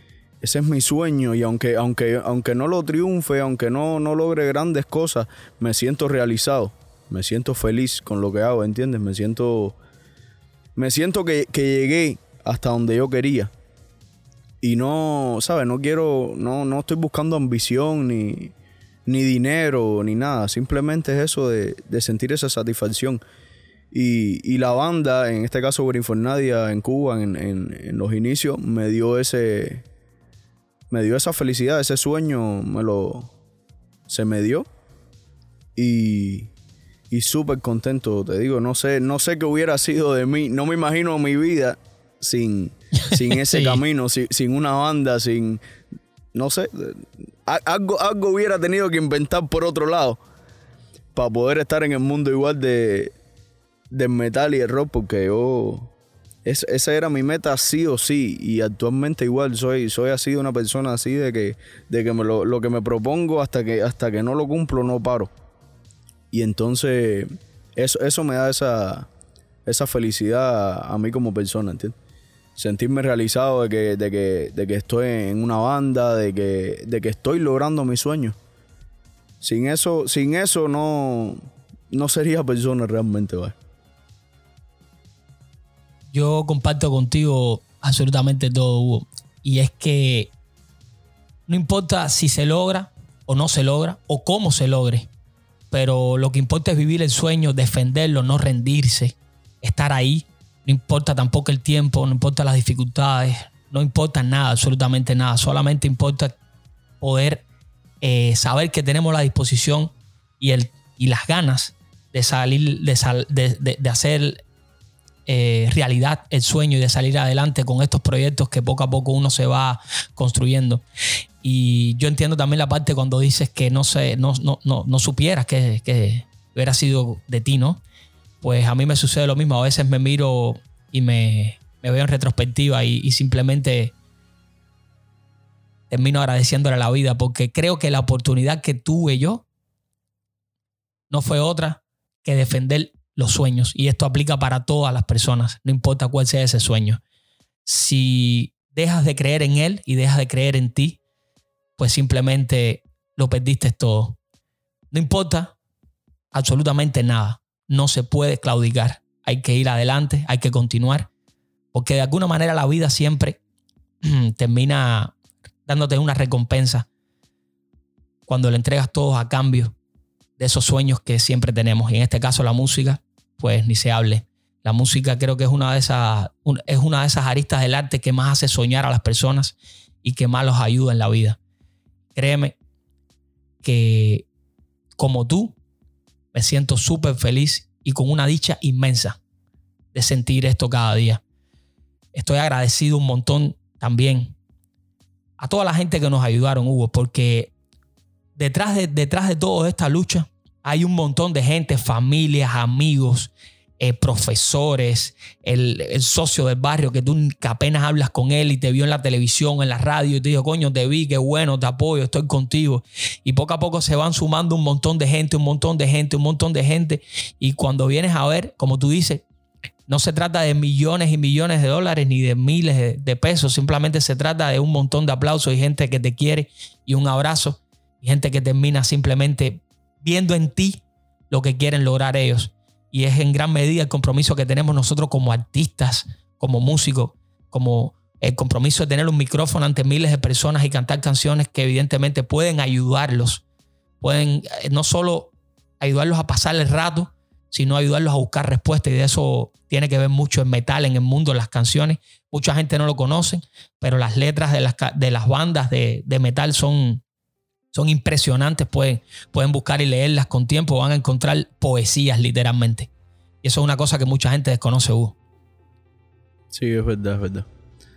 Ese es mi sueño y aunque no lo triunfe, aunque no logre grandes cosas, me siento realizado. Me siento feliz con lo que hago, ¿entiendes? Me siento que llegué hasta donde yo quería. Y no, ¿sabes? No estoy buscando ambición ni dinero ni nada. Simplemente es eso de sentir esa satisfacción. Y la banda, en este caso Grinfornadia en Cuba, en los inicios, me dio esa felicidad, ese sueño se me dio. Y súper contento, te digo. No sé qué hubiera sido de mí. No me imagino mi vida sin ese Sí. camino, sin una banda, no sé. Algo hubiera tenido que inventar por otro lado para poder estar en el mundo igual del metal y el rock, porque esa era mi meta sí o sí, y actualmente igual soy así, una persona así de que lo que me propongo hasta que no lo cumplo no paro. Y entonces eso me da esa felicidad a mí como persona, ¿entiendes? Sentirme realizado de que estoy en una banda, de que estoy logrando mis sueños. Sin eso no sería persona realmente, ¿vale? Yo comparto contigo absolutamente todo, Hugo. Y es que no importa si se logra o no se logra o cómo se logre, pero lo que importa es vivir el sueño, defenderlo, no rendirse, estar ahí. No importa tampoco el tiempo, no importa las dificultades, no importa nada, absolutamente nada. Solamente importa poder saber que tenemos la disposición y las ganas de salir, de hacer realidad el sueño y de salir adelante con estos proyectos que poco a poco uno se va construyendo. Y yo entiendo también la parte cuando dices que no supieras que hubiera sido de ti, ¿no? Pues a mí me sucede lo mismo. A veces me miro y me veo en retrospectiva y simplemente termino agradeciéndole a la vida, porque creo que la oportunidad que tuve yo no fue otra que defender los sueños. Y esto aplica para todas las personas, no importa cuál sea ese sueño. Si dejas de creer en él y dejas de creer en ti, pues simplemente lo perdiste todo. No importa absolutamente nada. No se puede claudicar. Hay que ir adelante, hay que continuar, porque de alguna manera la vida siempre termina dándote una recompensa cuando le entregas todo a cambio de esos sueños que siempre tenemos. Y en este caso la música, pues ni se hable. La música creo que es una de esas aristas del arte que más hace soñar a las personas y que más los ayuda en la vida. Créeme que como tú me siento súper feliz y con una dicha inmensa de sentir esto cada día. Estoy agradecido un montón también a toda la gente que nos ayudaron, Hugo, porque detrás de toda esta lucha hay un montón de gente, familias, amigos, profesores, el socio del barrio que tú apenas hablas con él y te vio en la televisión, en la radio y te dijo, coño, te vi, qué bueno, te apoyo, estoy contigo. Y poco a poco se van sumando un montón de gente. Y cuando vienes a ver, como tú dices, no se trata de millones y millones de dólares ni de miles de pesos. Simplemente se trata de un montón de aplausos y gente que te quiere y un abrazo. Y gente que termina simplemente viendo en ti lo que quieren lograr ellos. Y es en gran medida el compromiso que tenemos nosotros como artistas, como músicos, como el compromiso de tener un micrófono ante miles de personas y cantar canciones que evidentemente pueden ayudarlos. Pueden no solo ayudarlos a pasar el rato, sino ayudarlos a buscar respuestas. Y de eso tiene que ver mucho el metal en el mundo, las canciones. Mucha gente no lo conoce, pero las letras de las bandas de metal son impresionantes. Pueden buscar y leerlas con tiempo. Van a encontrar poesías literalmente. Y eso es una cosa que mucha gente desconoce, Hugo. Sí, es verdad, es verdad.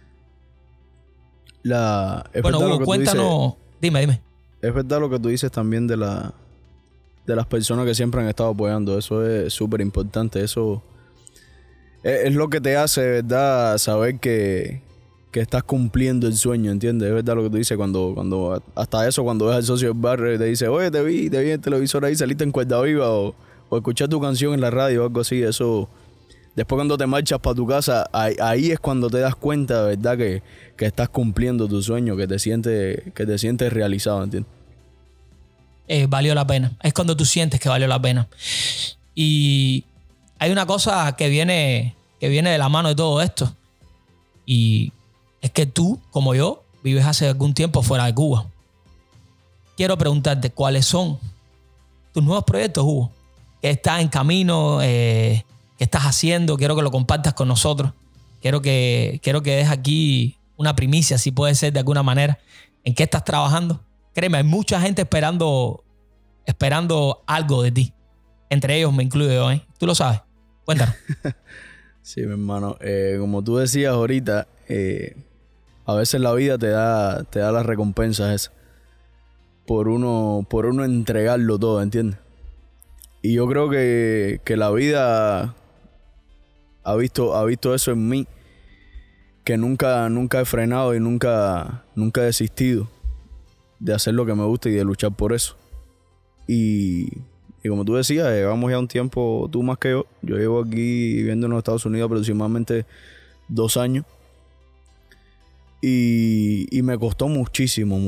Bueno, Hugo, cuéntanos. Dime. Es verdad lo que tú dices también de las personas que siempre han estado apoyando. Eso es súper importante. Eso es lo que te hace, ¿verdad? Saber que estás cumpliendo el sueño, ¿entiendes? Es verdad lo que tú dices cuando hasta eso, cuando ves al socio del barrio y te dice, oye, te vi en el televisor ahí, saliste en Cuerda Viva o escuché tu canción en la radio o algo así. Eso después cuando te marchas para tu casa, ahí es cuando te das cuenta, de verdad, que estás cumpliendo tu sueño, que te sientes realizado, ¿entiendes? Valió la pena. Es cuando tú sientes que valió la pena. Y hay una cosa que viene de la mano de todo esto. Y es que tú, como yo, vives hace algún tiempo fuera de Cuba. Quiero preguntarte cuáles son tus nuevos proyectos, Hugo. ¿Qué está en camino? ¿Qué estás haciendo? Quiero que lo compartas con nosotros. Quiero que des aquí una primicia, si puede ser de alguna manera. ¿En qué estás trabajando? Créeme, hay mucha gente esperando algo de ti. Entre ellos me incluyo yo, ¿eh? Tú lo sabes. Cuéntanos. Sí, mi hermano. Como tú decías ahorita, a veces la vida te da las recompensas esas. Por uno entregarlo todo, ¿entiendes? Y yo creo que la vida ha visto eso en mí, que nunca he frenado y nunca he desistido de hacer lo que me gusta y de luchar por eso. Y como tú decías, llevamos ya un tiempo, tú más que yo. Yo llevo aquí viviendo en los Estados Unidos aproximadamente 2 años. Y me costó muchísimo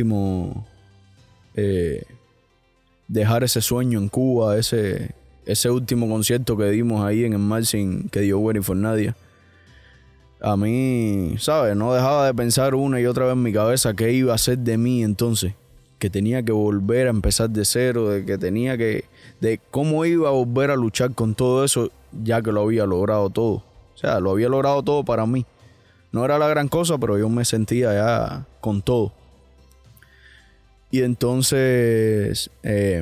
dejar ese sueño en Cuba, ese último concierto que dimos ahí en el Marcin que dio Waiting for Nadia. A mí, ¿sabes? No dejaba de pensar una y otra vez en mi cabeza qué iba a hacer de mí entonces. Que tenía que volver a empezar de cero, de cómo iba a volver a luchar con todo eso, ya que lo había logrado todo. O sea, lo había logrado todo para mí. No era la gran cosa, pero yo me sentía ya con todo. Y entonces,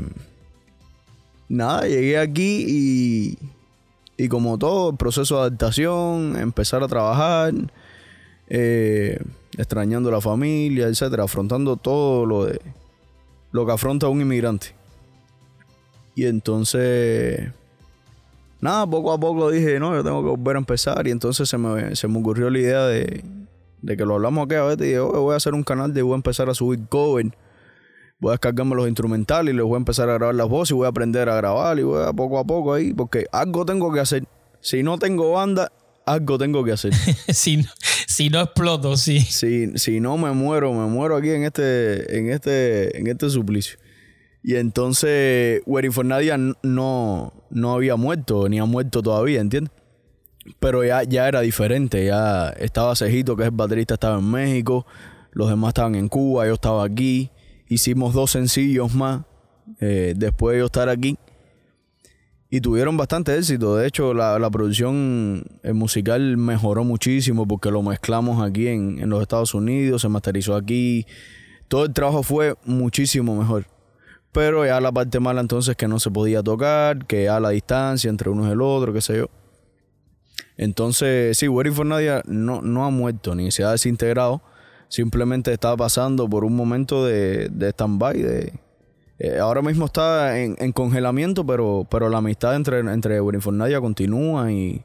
nada, llegué aquí y como todo, el proceso de adaptación, empezar a trabajar, extrañando a la familia, etcétera, afrontando todo lo que afronta un inmigrante. Y entonces, nada, poco a poco dije, no, yo tengo que volver a empezar. Y entonces se me ocurrió la idea de que lo hablamos aquella vez. Y dije, voy a hacer un canal voy a empezar a subir cover. Voy a descargarme los instrumentales y les voy a empezar a grabar las voces y voy a aprender a grabar y voy a poco ahí, porque algo tengo que hacer. Si no tengo banda, algo tengo que hacer. si no exploto, sí. Si no me muero aquí en este suplicio. Y entonces Waiting for Nadia no había muerto, ni ha muerto todavía, ¿entiendes? Pero ya era diferente, ya estaba Cejito, que es el baterista, estaba en México, los demás estaban en Cuba, yo estaba aquí. Hicimos 2 sencillos más después de yo estar aquí y tuvieron bastante éxito. De hecho, la producción musical mejoró muchísimo porque lo mezclamos aquí en los Estados Unidos, se masterizó aquí. Todo el trabajo fue muchísimo mejor. Pero ya la parte mala entonces que no se podía tocar, que ya la distancia entre uno y el otro, qué sé yo. Entonces, sí, Waiting for Nadia no ha muerto ni se ha desintegrado. Simplemente estaba pasando por un momento de stand-by. Ahora mismo está en congelamiento, pero la amistad entre Waiting for Nadia continúa y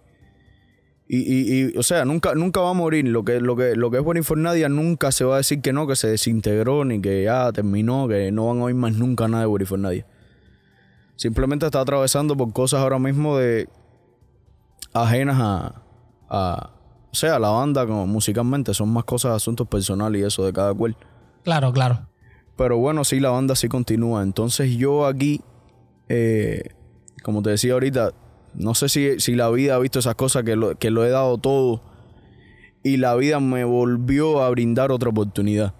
o sea, nunca va a morir. Lo que es Waiting for Nadia nunca se va a decir que no, que se desintegró, ni que ya terminó, que no van a oír más nunca nada de Waiting for Nadia. Simplemente está atravesando por cosas ahora mismo ajenas o sea, la banda como musicalmente son más cosas, asuntos personales y eso de cada cual. Claro. Pero bueno, sí, la banda sí continúa. Entonces yo aquí, como te decía ahorita, no sé si la vida ha visto esas cosas, que lo he dado todo y la vida me volvió a brindar otra oportunidad.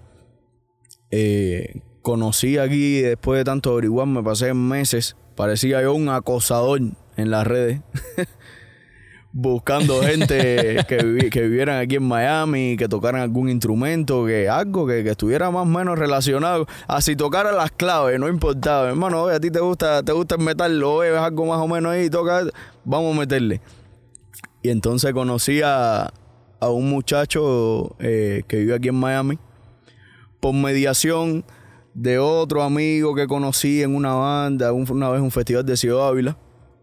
Conocí aquí, después de tanto averiguar, me pasé meses, parecía yo un acosador en las redes. Buscando gente que vivieran aquí en Miami, que tocaran algún instrumento, que algo que estuviera más o menos relacionado. Así tocaran las claves, no importaba. Hermano, oye, a ti te gusta el metal, oye, ves algo más o menos ahí, toca, vamos a meterle. Y entonces conocí a un muchacho que vive aquí en Miami por mediación de otro amigo que conocí en una banda, una vez en un festival de Ciudad Ávila.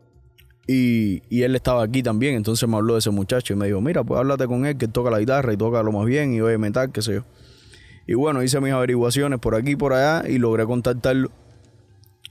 Y él estaba aquí también, entonces me habló de ese muchacho y me dijo, mira, pues háblate con él, que él toca la guitarra y toca lo más bien y oye metal, qué sé yo. Y bueno, hice mis averiguaciones por aquí y por allá y logré contactarlo.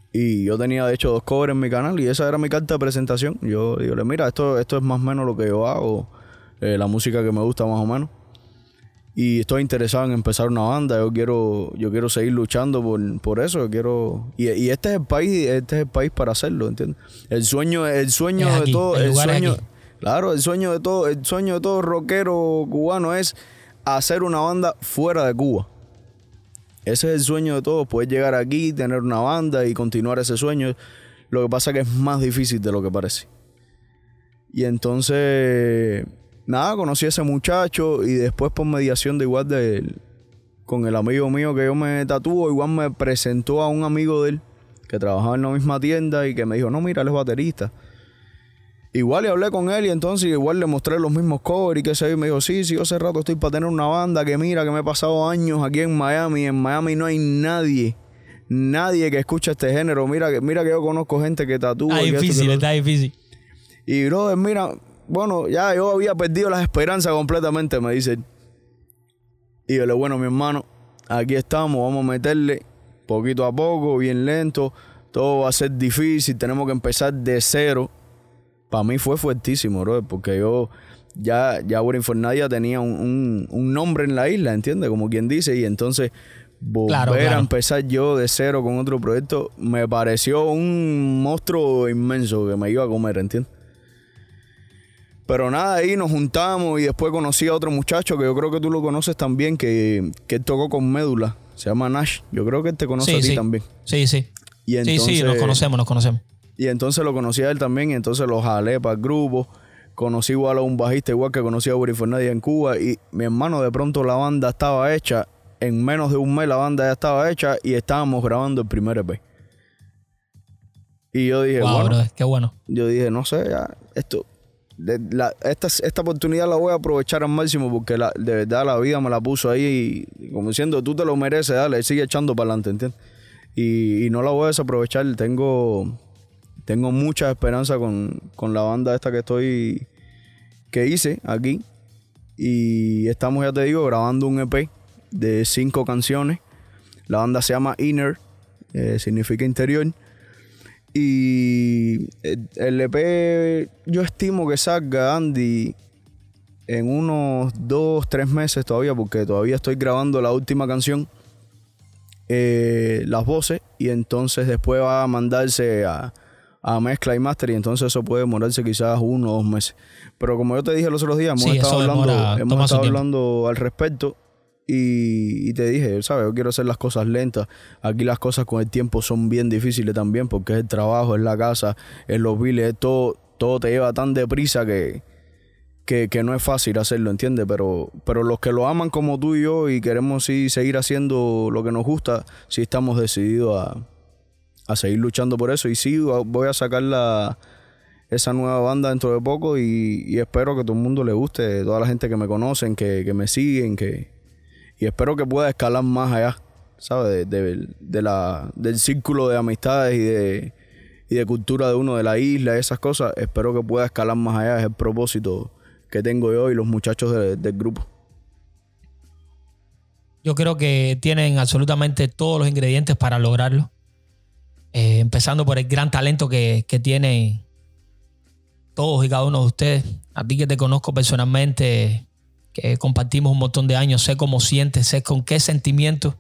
Y yo tenía de hecho 2 covers en mi canal y esa era mi carta de presentación. Yo digo, mira, esto es más o menos lo que yo hago, la música que me gusta más o menos. Y estoy interesado en empezar una banda. Yo quiero seguir luchando por eso. Y este es el país para hacerlo, ¿entiendes? El sueño de todo, el sueño de todo rockero cubano es hacer una banda fuera de Cuba. Ese es el sueño de todos, poder llegar aquí, tener una banda y continuar ese sueño. Lo que pasa es que es más difícil de lo que parece. Y entonces, nada, conocí a ese muchacho y después por mediación con el amigo mío que yo me tatúo, igual me presentó a un amigo de él que trabajaba en la misma tienda y que me dijo, no, mira, él es baterista. Igual y hablé con él y entonces igual le mostré los mismos covers y qué sé yo. Y me dijo, sí, yo hace rato estoy para tener una banda que mira, que me he pasado años aquí en Miami. En Miami no hay nadie que escuche este género. Mira que yo conozco gente que tatúa. Está difícil. Y brother, mira, bueno, ya yo había perdido las esperanzas completamente, me dice él. Y yo le digo, bueno, mi hermano, aquí estamos, vamos a meterle poquito a poco, bien lento. Todo va a ser difícil, tenemos que empezar de cero. Para mí fue fuertísimo, bro, porque yo ya Pura Infernalia tenía un nombre en la isla, ¿entiendes? Como quien dice, y entonces volver a empezar yo de cero con otro proyecto me pareció un monstruo inmenso que me iba a comer, ¿entiendes? Pero nada, ahí nos juntamos y después conocí a otro muchacho que yo creo que tú lo conoces también, que él tocó con Médula, se llama Nash, yo creo que él te conoce a ti también. Sí. Y entonces, sí, nos conocemos. Y entonces lo conocí a él también y entonces lo jalé para el grupo. Conocí igual a un bajista igual que conocí a Pura Infernalia en Cuba. Y mi hermano, de pronto la banda estaba hecha. En menos de un mes la banda ya estaba hecha y estábamos grabando el primer EP. Y yo dije, wow, bueno, bro, qué bueno. Yo dije, no sé, ya, esta oportunidad la voy a aprovechar al máximo porque de verdad la vida me la puso ahí y como diciendo, tú te lo mereces, dale, sigue echando para adelante, ¿entiendes? Y no la voy a desaprovechar, tengo mucha esperanza con la banda esta que hice aquí. Y estamos, ya te digo, grabando un EP de 5 canciones. La banda se llama Inner, significa interior. Y el EP yo estimo que salga, Andy, en unos 2-3 meses todavía, porque todavía estoy grabando la última canción, las voces, y entonces después va a mandarse a mezcla y master, y entonces eso puede demorarse quizás 1 o 2 meses. Pero como yo te dije los otros días, hemos estado hablando al respecto y te dije, ¿sabes? Yo quiero hacer las cosas lentas. Aquí las cosas con el tiempo son bien difíciles también porque es el trabajo, es la casa, es los biles, todo te lleva tan deprisa que no es fácil hacerlo, ¿entiendes? Pero los que lo aman como tú y yo y queremos sí seguir haciendo lo que nos gusta, sí estamos decididos a seguir luchando por eso. Y sí, voy a sacar esa nueva banda dentro de poco y espero que todo el mundo le guste, toda la gente que me conocen, que me siguen, y espero que pueda escalar más allá, ¿sabes? Del círculo de amistades y de cultura de uno, de la isla, esas cosas. Espero que pueda escalar más allá, es el propósito que tengo yo y los muchachos del grupo. Yo creo que tienen absolutamente todos los ingredientes para lograrlo. Empezando por el gran talento que tienen todos y cada uno de ustedes. A ti que te conozco personalmente, que compartimos un montón de años, sé cómo sientes, sé con qué sentimientos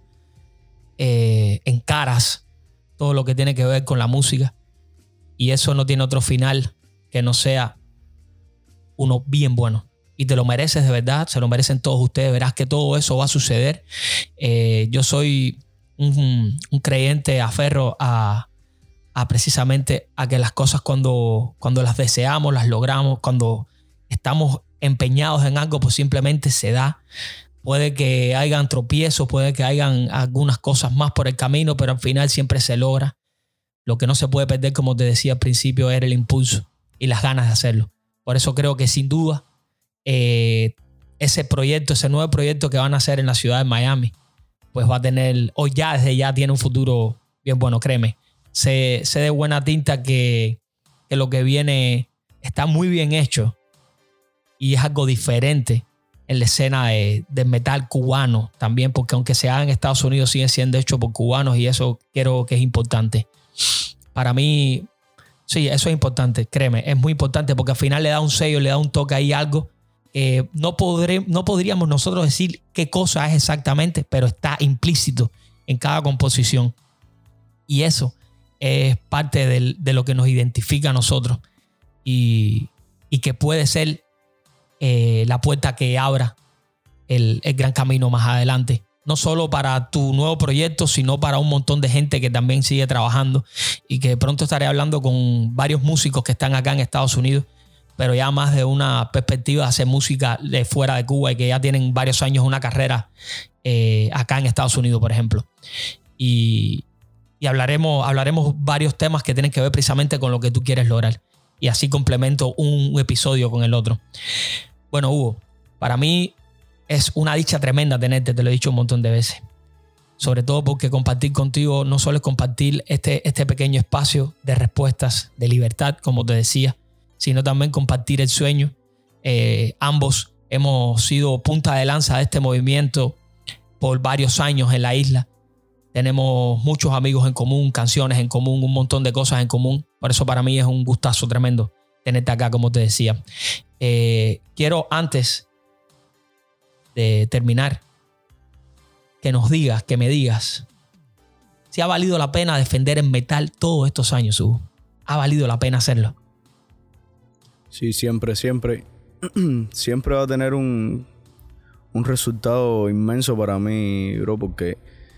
encaras todo lo que tiene que ver con la música. Y eso no tiene otro final que no sea uno bien bueno. Y te lo mereces de verdad, se lo merecen todos ustedes. Verás que todo eso va a suceder. Yo soy un creyente, aferro a precisamente a que las cosas cuando las deseamos, las logramos, cuando estamos empeñados en algo, pues simplemente se da. Puede que hayan tropiezos, puede que hayan algunas cosas más por el camino, pero al final siempre se logra. Lo que no se puede perder, como te decía al principio, era el impulso y las ganas de hacerlo. Por eso creo que sin duda ese nuevo proyecto que van a hacer en la ciudad de Miami, pues va a tener, o ya desde ya tiene un futuro bien bueno, créeme. Sé de buena tinta que lo que viene está muy bien hecho y es algo diferente en la escena del metal cubano también, porque aunque se haga en Estados Unidos, siguen siendo hechos por cubanos y eso creo que es importante. para mí, sí, eso es importante, créeme, es muy importante porque al final le da un sello, le da un toque ahí, algo. No podríamos nosotros decir qué cosa es exactamente, pero está implícito en cada composición. Y eso es parte de lo que nos identifica a nosotros y que puede ser la puerta que abra el gran camino más adelante. No solo para tu nuevo proyecto, sino para un montón de gente que también sigue trabajando y que pronto estaré hablando con varios músicos que están acá en Estados Unidos, pero ya más de una perspectiva de hacer música de fuera de Cuba y que ya tienen varios años una carrera acá en Estados Unidos, por ejemplo. Y hablaremos varios temas que tienen que ver precisamente con lo que tú quieres lograr. Y así complemento un episodio con el otro. Bueno, Hugo, para mí es una dicha tremenda tenerte, te lo he dicho un montón de veces. Sobre todo porque compartir contigo no solo es compartir este pequeño espacio de respuestas, de libertad, como te decía, sino también compartir el sueño. Ambos hemos sido punta de lanza de este movimiento por varios años en la isla. Tenemos muchos amigos en común, canciones en común, un montón de cosas en común. Por eso para mí es un gustazo tremendo tenerte acá, como te decía. Quiero, antes de terminar, que me digas si ha valido la pena defender el metal todos estos años, Hugo. ¿Ha valido la pena hacerlo? Sí, siempre va a tener un resultado inmenso para mí, bro, porque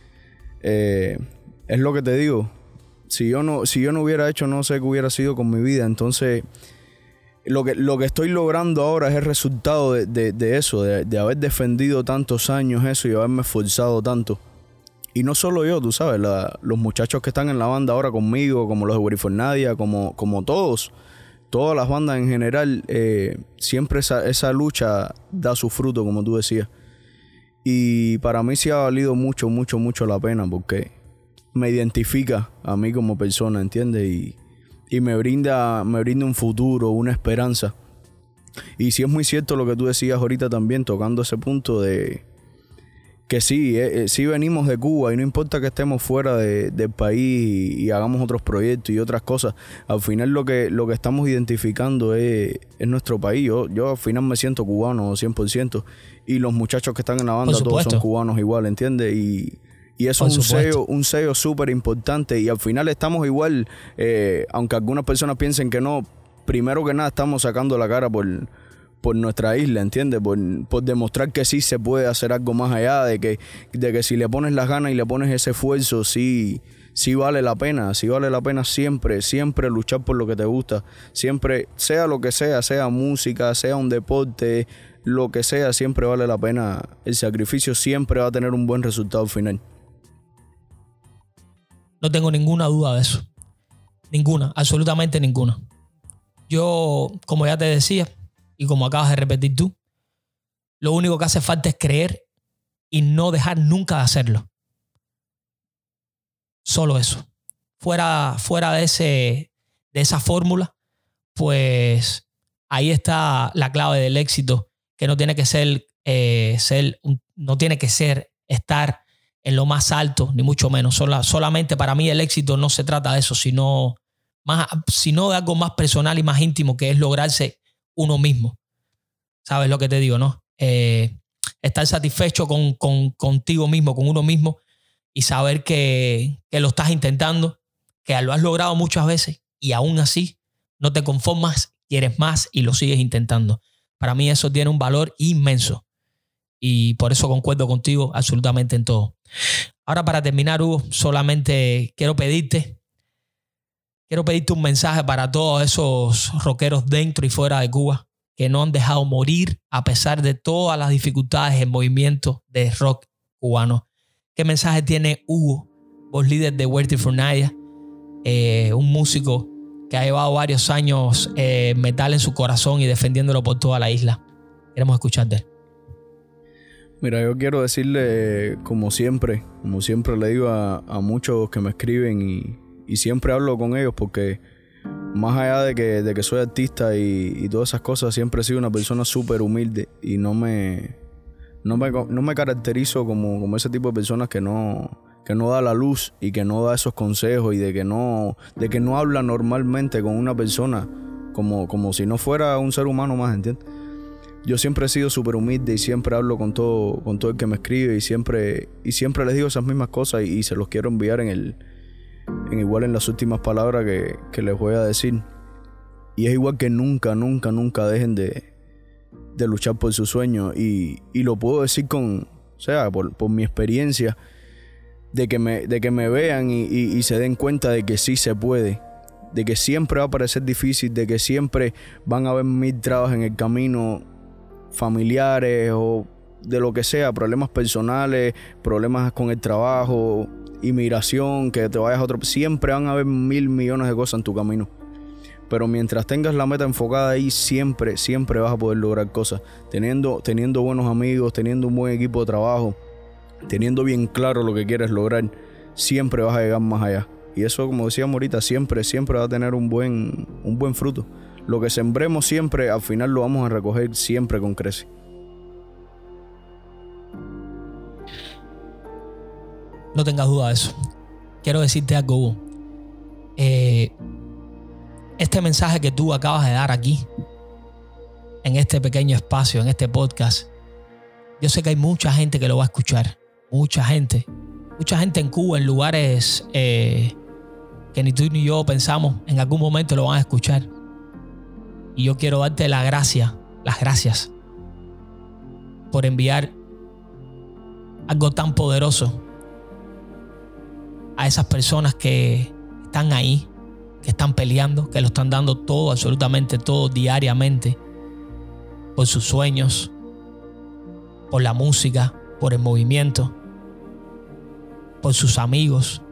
es lo que te digo. Si yo no hubiera hecho, no sé qué hubiera sido con mi vida. Entonces, lo que estoy logrando ahora es el resultado de eso, de haber defendido tantos años eso y haberme esforzado tanto. Y no solo yo, tú sabes, los muchachos que están en la banda ahora conmigo, como los de Warifornadia, como todas las bandas en general, siempre esa lucha da su fruto, como tú decías. Y para mí sí ha valido mucho la pena, porque me identifica a mí como persona, ¿entiendes? Y me brinda un futuro, una esperanza. Y sí es muy cierto lo que tú decías ahorita también, tocando ese punto de que sí venimos de Cuba y no importa que estemos fuera del país y hagamos otros proyectos y otras cosas, al final lo que estamos identificando es nuestro país. Yo al final me siento cubano 100%, y los muchachos que están en la banda todos son cubanos igual, ¿entiendes? Y eso es un sello súper importante, y al final estamos igual, aunque algunas personas piensen que no. Primero que nada estamos sacando la cara por nuestra isla, ¿entiendes? Por demostrar que sí se puede hacer algo más allá, de que si le pones las ganas y le pones ese esfuerzo, sí vale la pena. Sí vale la pena siempre luchar por lo que te gusta. Siempre, sea lo que sea música, sea un deporte, lo que sea, siempre vale la pena. El sacrificio siempre va a tener un buen resultado al final. No tengo ninguna duda de eso. Ninguna, absolutamente ninguna. Yo, como ya te decía, y como acabas de repetir tú, lo único que hace falta es creer y no dejar nunca de hacerlo. Solo eso. Fuera de esa fórmula, pues ahí está la clave del éxito, que no tiene que ser estar en lo más alto, ni mucho menos. Solamente para mí el éxito no se trata de eso, sino de algo más personal y más íntimo, que es lograrse uno mismo. ¿Sabes lo que te digo, no? Estar satisfecho contigo mismo, con uno mismo, y saber que lo estás intentando, que lo has logrado muchas veces y aún así no te conformas, quieres más y lo sigues intentando. Para mí eso tiene un valor inmenso y por eso concuerdo contigo absolutamente en todo. Ahora, para terminar, Hugo, solamente quiero pedirte un mensaje para todos esos rockeros dentro y fuera de Cuba que no han dejado morir a pesar de todas las dificultades del movimiento de rock cubano. ¿Qué mensaje tiene Hugo, voz líder de Warifornadia, un músico que ha llevado varios años metal en su corazón y defendiéndolo por toda la isla? Queremos escucharte. Mira, yo quiero decirle, como siempre le digo a muchos que me escriben y siempre hablo con ellos, porque más allá de que soy artista y todas esas cosas, siempre he sido una persona súper humilde y no me caracterizo como ese tipo de personas que no da la luz y que no da esos consejos y de que no habla normalmente con una persona como si no fuera un ser humano más, ¿entiendes? Yo siempre he sido súper humilde y siempre hablo con todo el que me escribe y siempre les digo esas mismas cosas y se los quiero enviar en las últimas palabras que les voy a decir. Y es igual que nunca dejen de luchar por sus sueños y lo puedo decir por mi experiencia de que me vean y se den cuenta de que sí se puede, de que siempre va a parecer difícil, de que siempre van a haber 1000 trabas en el camino, familiares o de lo que sea, problemas personales, problemas con el trabajo, inmigración, que te vayas a otro, siempre van a haber 1000 millones de cosas en tu camino. Pero mientras tengas la meta enfocada ahí, siempre vas a poder lograr cosas. Teniendo buenos amigos, teniendo un buen equipo de trabajo, teniendo bien claro lo que quieres lograr, siempre vas a llegar más allá. Y eso, como decíamos ahorita, siempre va a tener un buen fruto. Lo que sembremos siempre, al final lo vamos a recoger siempre con creces. No tengas duda de eso. Quiero decirte algo, Hugo. Este mensaje que tú acabas de dar aquí, en este pequeño espacio, en este podcast, yo sé que hay mucha gente que lo va a escuchar. Mucha gente en Cuba, en lugares que ni tú ni yo pensamos, en algún momento lo van a escuchar. Y yo quiero darte las gracias por enviar algo tan poderoso a esas personas que están ahí, que están peleando, que lo están dando todo, absolutamente todo, diariamente, por sus sueños, por la música, por el movimiento, por sus amigos.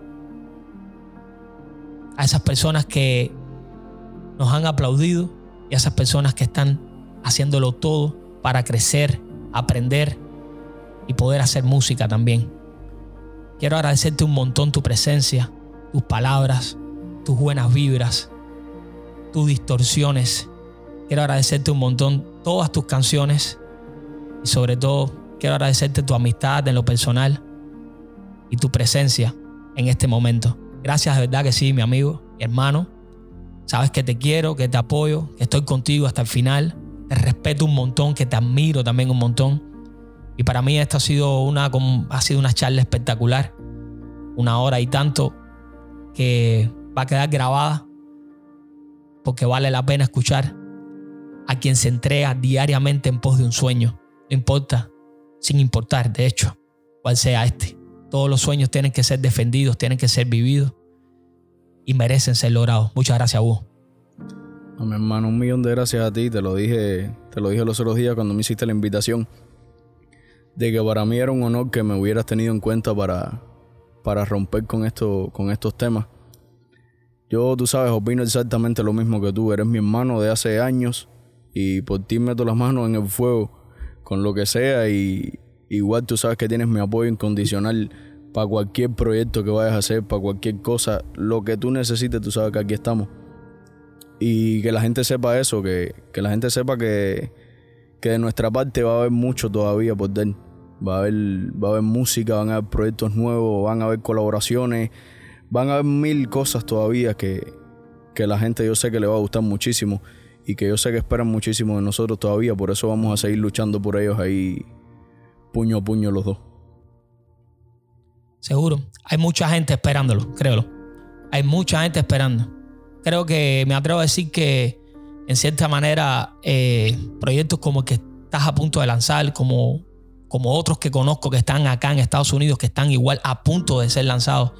A esas personas que nos han aplaudido y a esas personas que están haciéndolo todo para crecer, aprender y poder hacer música también. Quiero agradecerte un montón tu presencia, tus palabras, tus buenas vibras, tus distorsiones. Quiero agradecerte un montón todas tus canciones y sobre todo quiero agradecerte tu amistad en lo personal y tu presencia en este momento. Gracias, de verdad que sí, mi amigo, mi hermano. Sabes que te quiero, que te apoyo, que estoy contigo hasta el final. Te respeto un montón, que te admiro también un montón. Y para mí esta ha sido una charla espectacular. 1 hora y tanto que va a quedar grabada porque vale la pena escuchar a quien se entrega diariamente en pos de un sueño. No importa, sin importar, de hecho, cuál sea este. Todos los sueños tienen que ser defendidos, tienen que ser vividos y merecen ser logrados. Muchas gracias, Hugo. A mi hermano, 1.000.000 de gracias a ti. Te lo dije los otros días cuando me hiciste la invitación, de que para mí era un honor que me hubieras tenido en cuenta para romper con estos temas. Yo, tú sabes, opino exactamente lo mismo que tú. Eres mi hermano de hace años y por ti meto las manos en el fuego con lo que sea, y igual tú sabes que tienes mi apoyo incondicional para cualquier proyecto que vayas a hacer, para cualquier cosa, lo que tú necesites, tú sabes que aquí estamos. Y que la gente sepa eso, que la gente sepa que de nuestra parte va a haber mucho todavía por dar. Va a haber música, van a haber proyectos nuevos, van a haber colaboraciones, van a haber 1000 cosas todavía que la gente, yo sé que le va a gustar muchísimo y que yo sé que esperan muchísimo de nosotros todavía. Por eso vamos a seguir luchando por ellos ahí, puño a puño los dos. Seguro. Hay mucha gente esperándolo, créelo. Hay mucha gente esperando. Creo que me atrevo a decir que, en cierta manera, proyectos como el que estás a punto de lanzar, como otros que conozco que están acá en Estados Unidos, que están igual a punto de ser lanzados,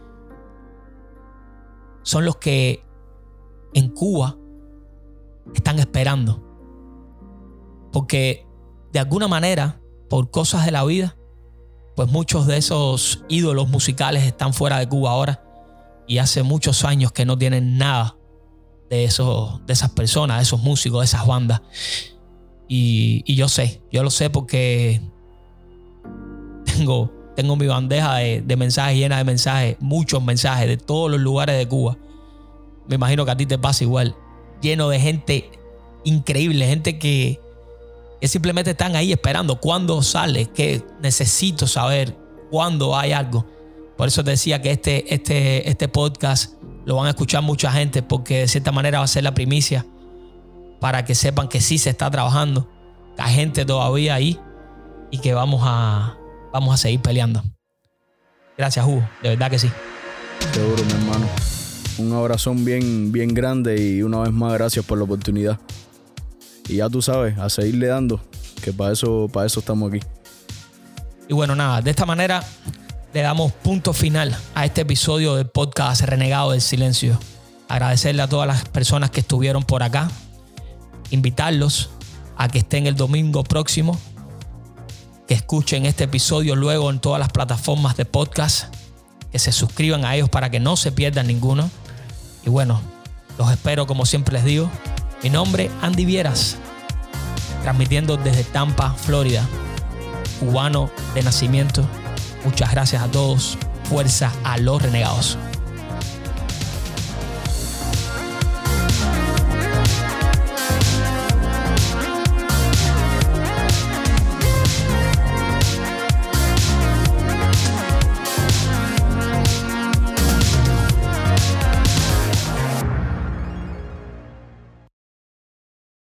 son los que en Cuba están esperando. Porque de alguna manera, por cosas de la vida, pues muchos de esos ídolos musicales están fuera de Cuba ahora, y hace muchos años que no tienen nada de esas personas, de esos músicos, de esas bandas. Y yo lo sé porque tengo mi bandeja de mensajes llena de mensajes, muchos mensajes de todos los lugares de Cuba. Me imagino que a ti te pasa igual, lleno de gente increíble, gente que simplemente están ahí esperando cuándo sale, que necesito saber cuándo hay algo. Por eso te decía que este podcast lo van a escuchar mucha gente, porque de cierta manera va a ser la primicia para que sepan que sí se está trabajando, que hay gente todavía ahí y que vamos a seguir peleando. Gracias, Hugo, de verdad que sí. Seguro, mi hermano. Un abrazón bien grande y una vez más gracias por la oportunidad. Y ya tú sabes, a seguirle dando, que para eso estamos aquí. Y bueno, nada, de esta manera le damos punto final a este episodio del podcast Renegado del Silencio. Agradecerle a todas las personas que estuvieron por acá. Invitarlos a que estén el domingo próximo, que escuchen este episodio luego en todas las plataformas de podcast, que se suscriban a ellos para que no se pierdan ninguno. Y bueno, los espero como siempre les digo. Mi nombre es Andy Vieras, transmitiendo desde Tampa, Florida, cubano de nacimiento. Muchas gracias a todos. Fuerza a los renegados.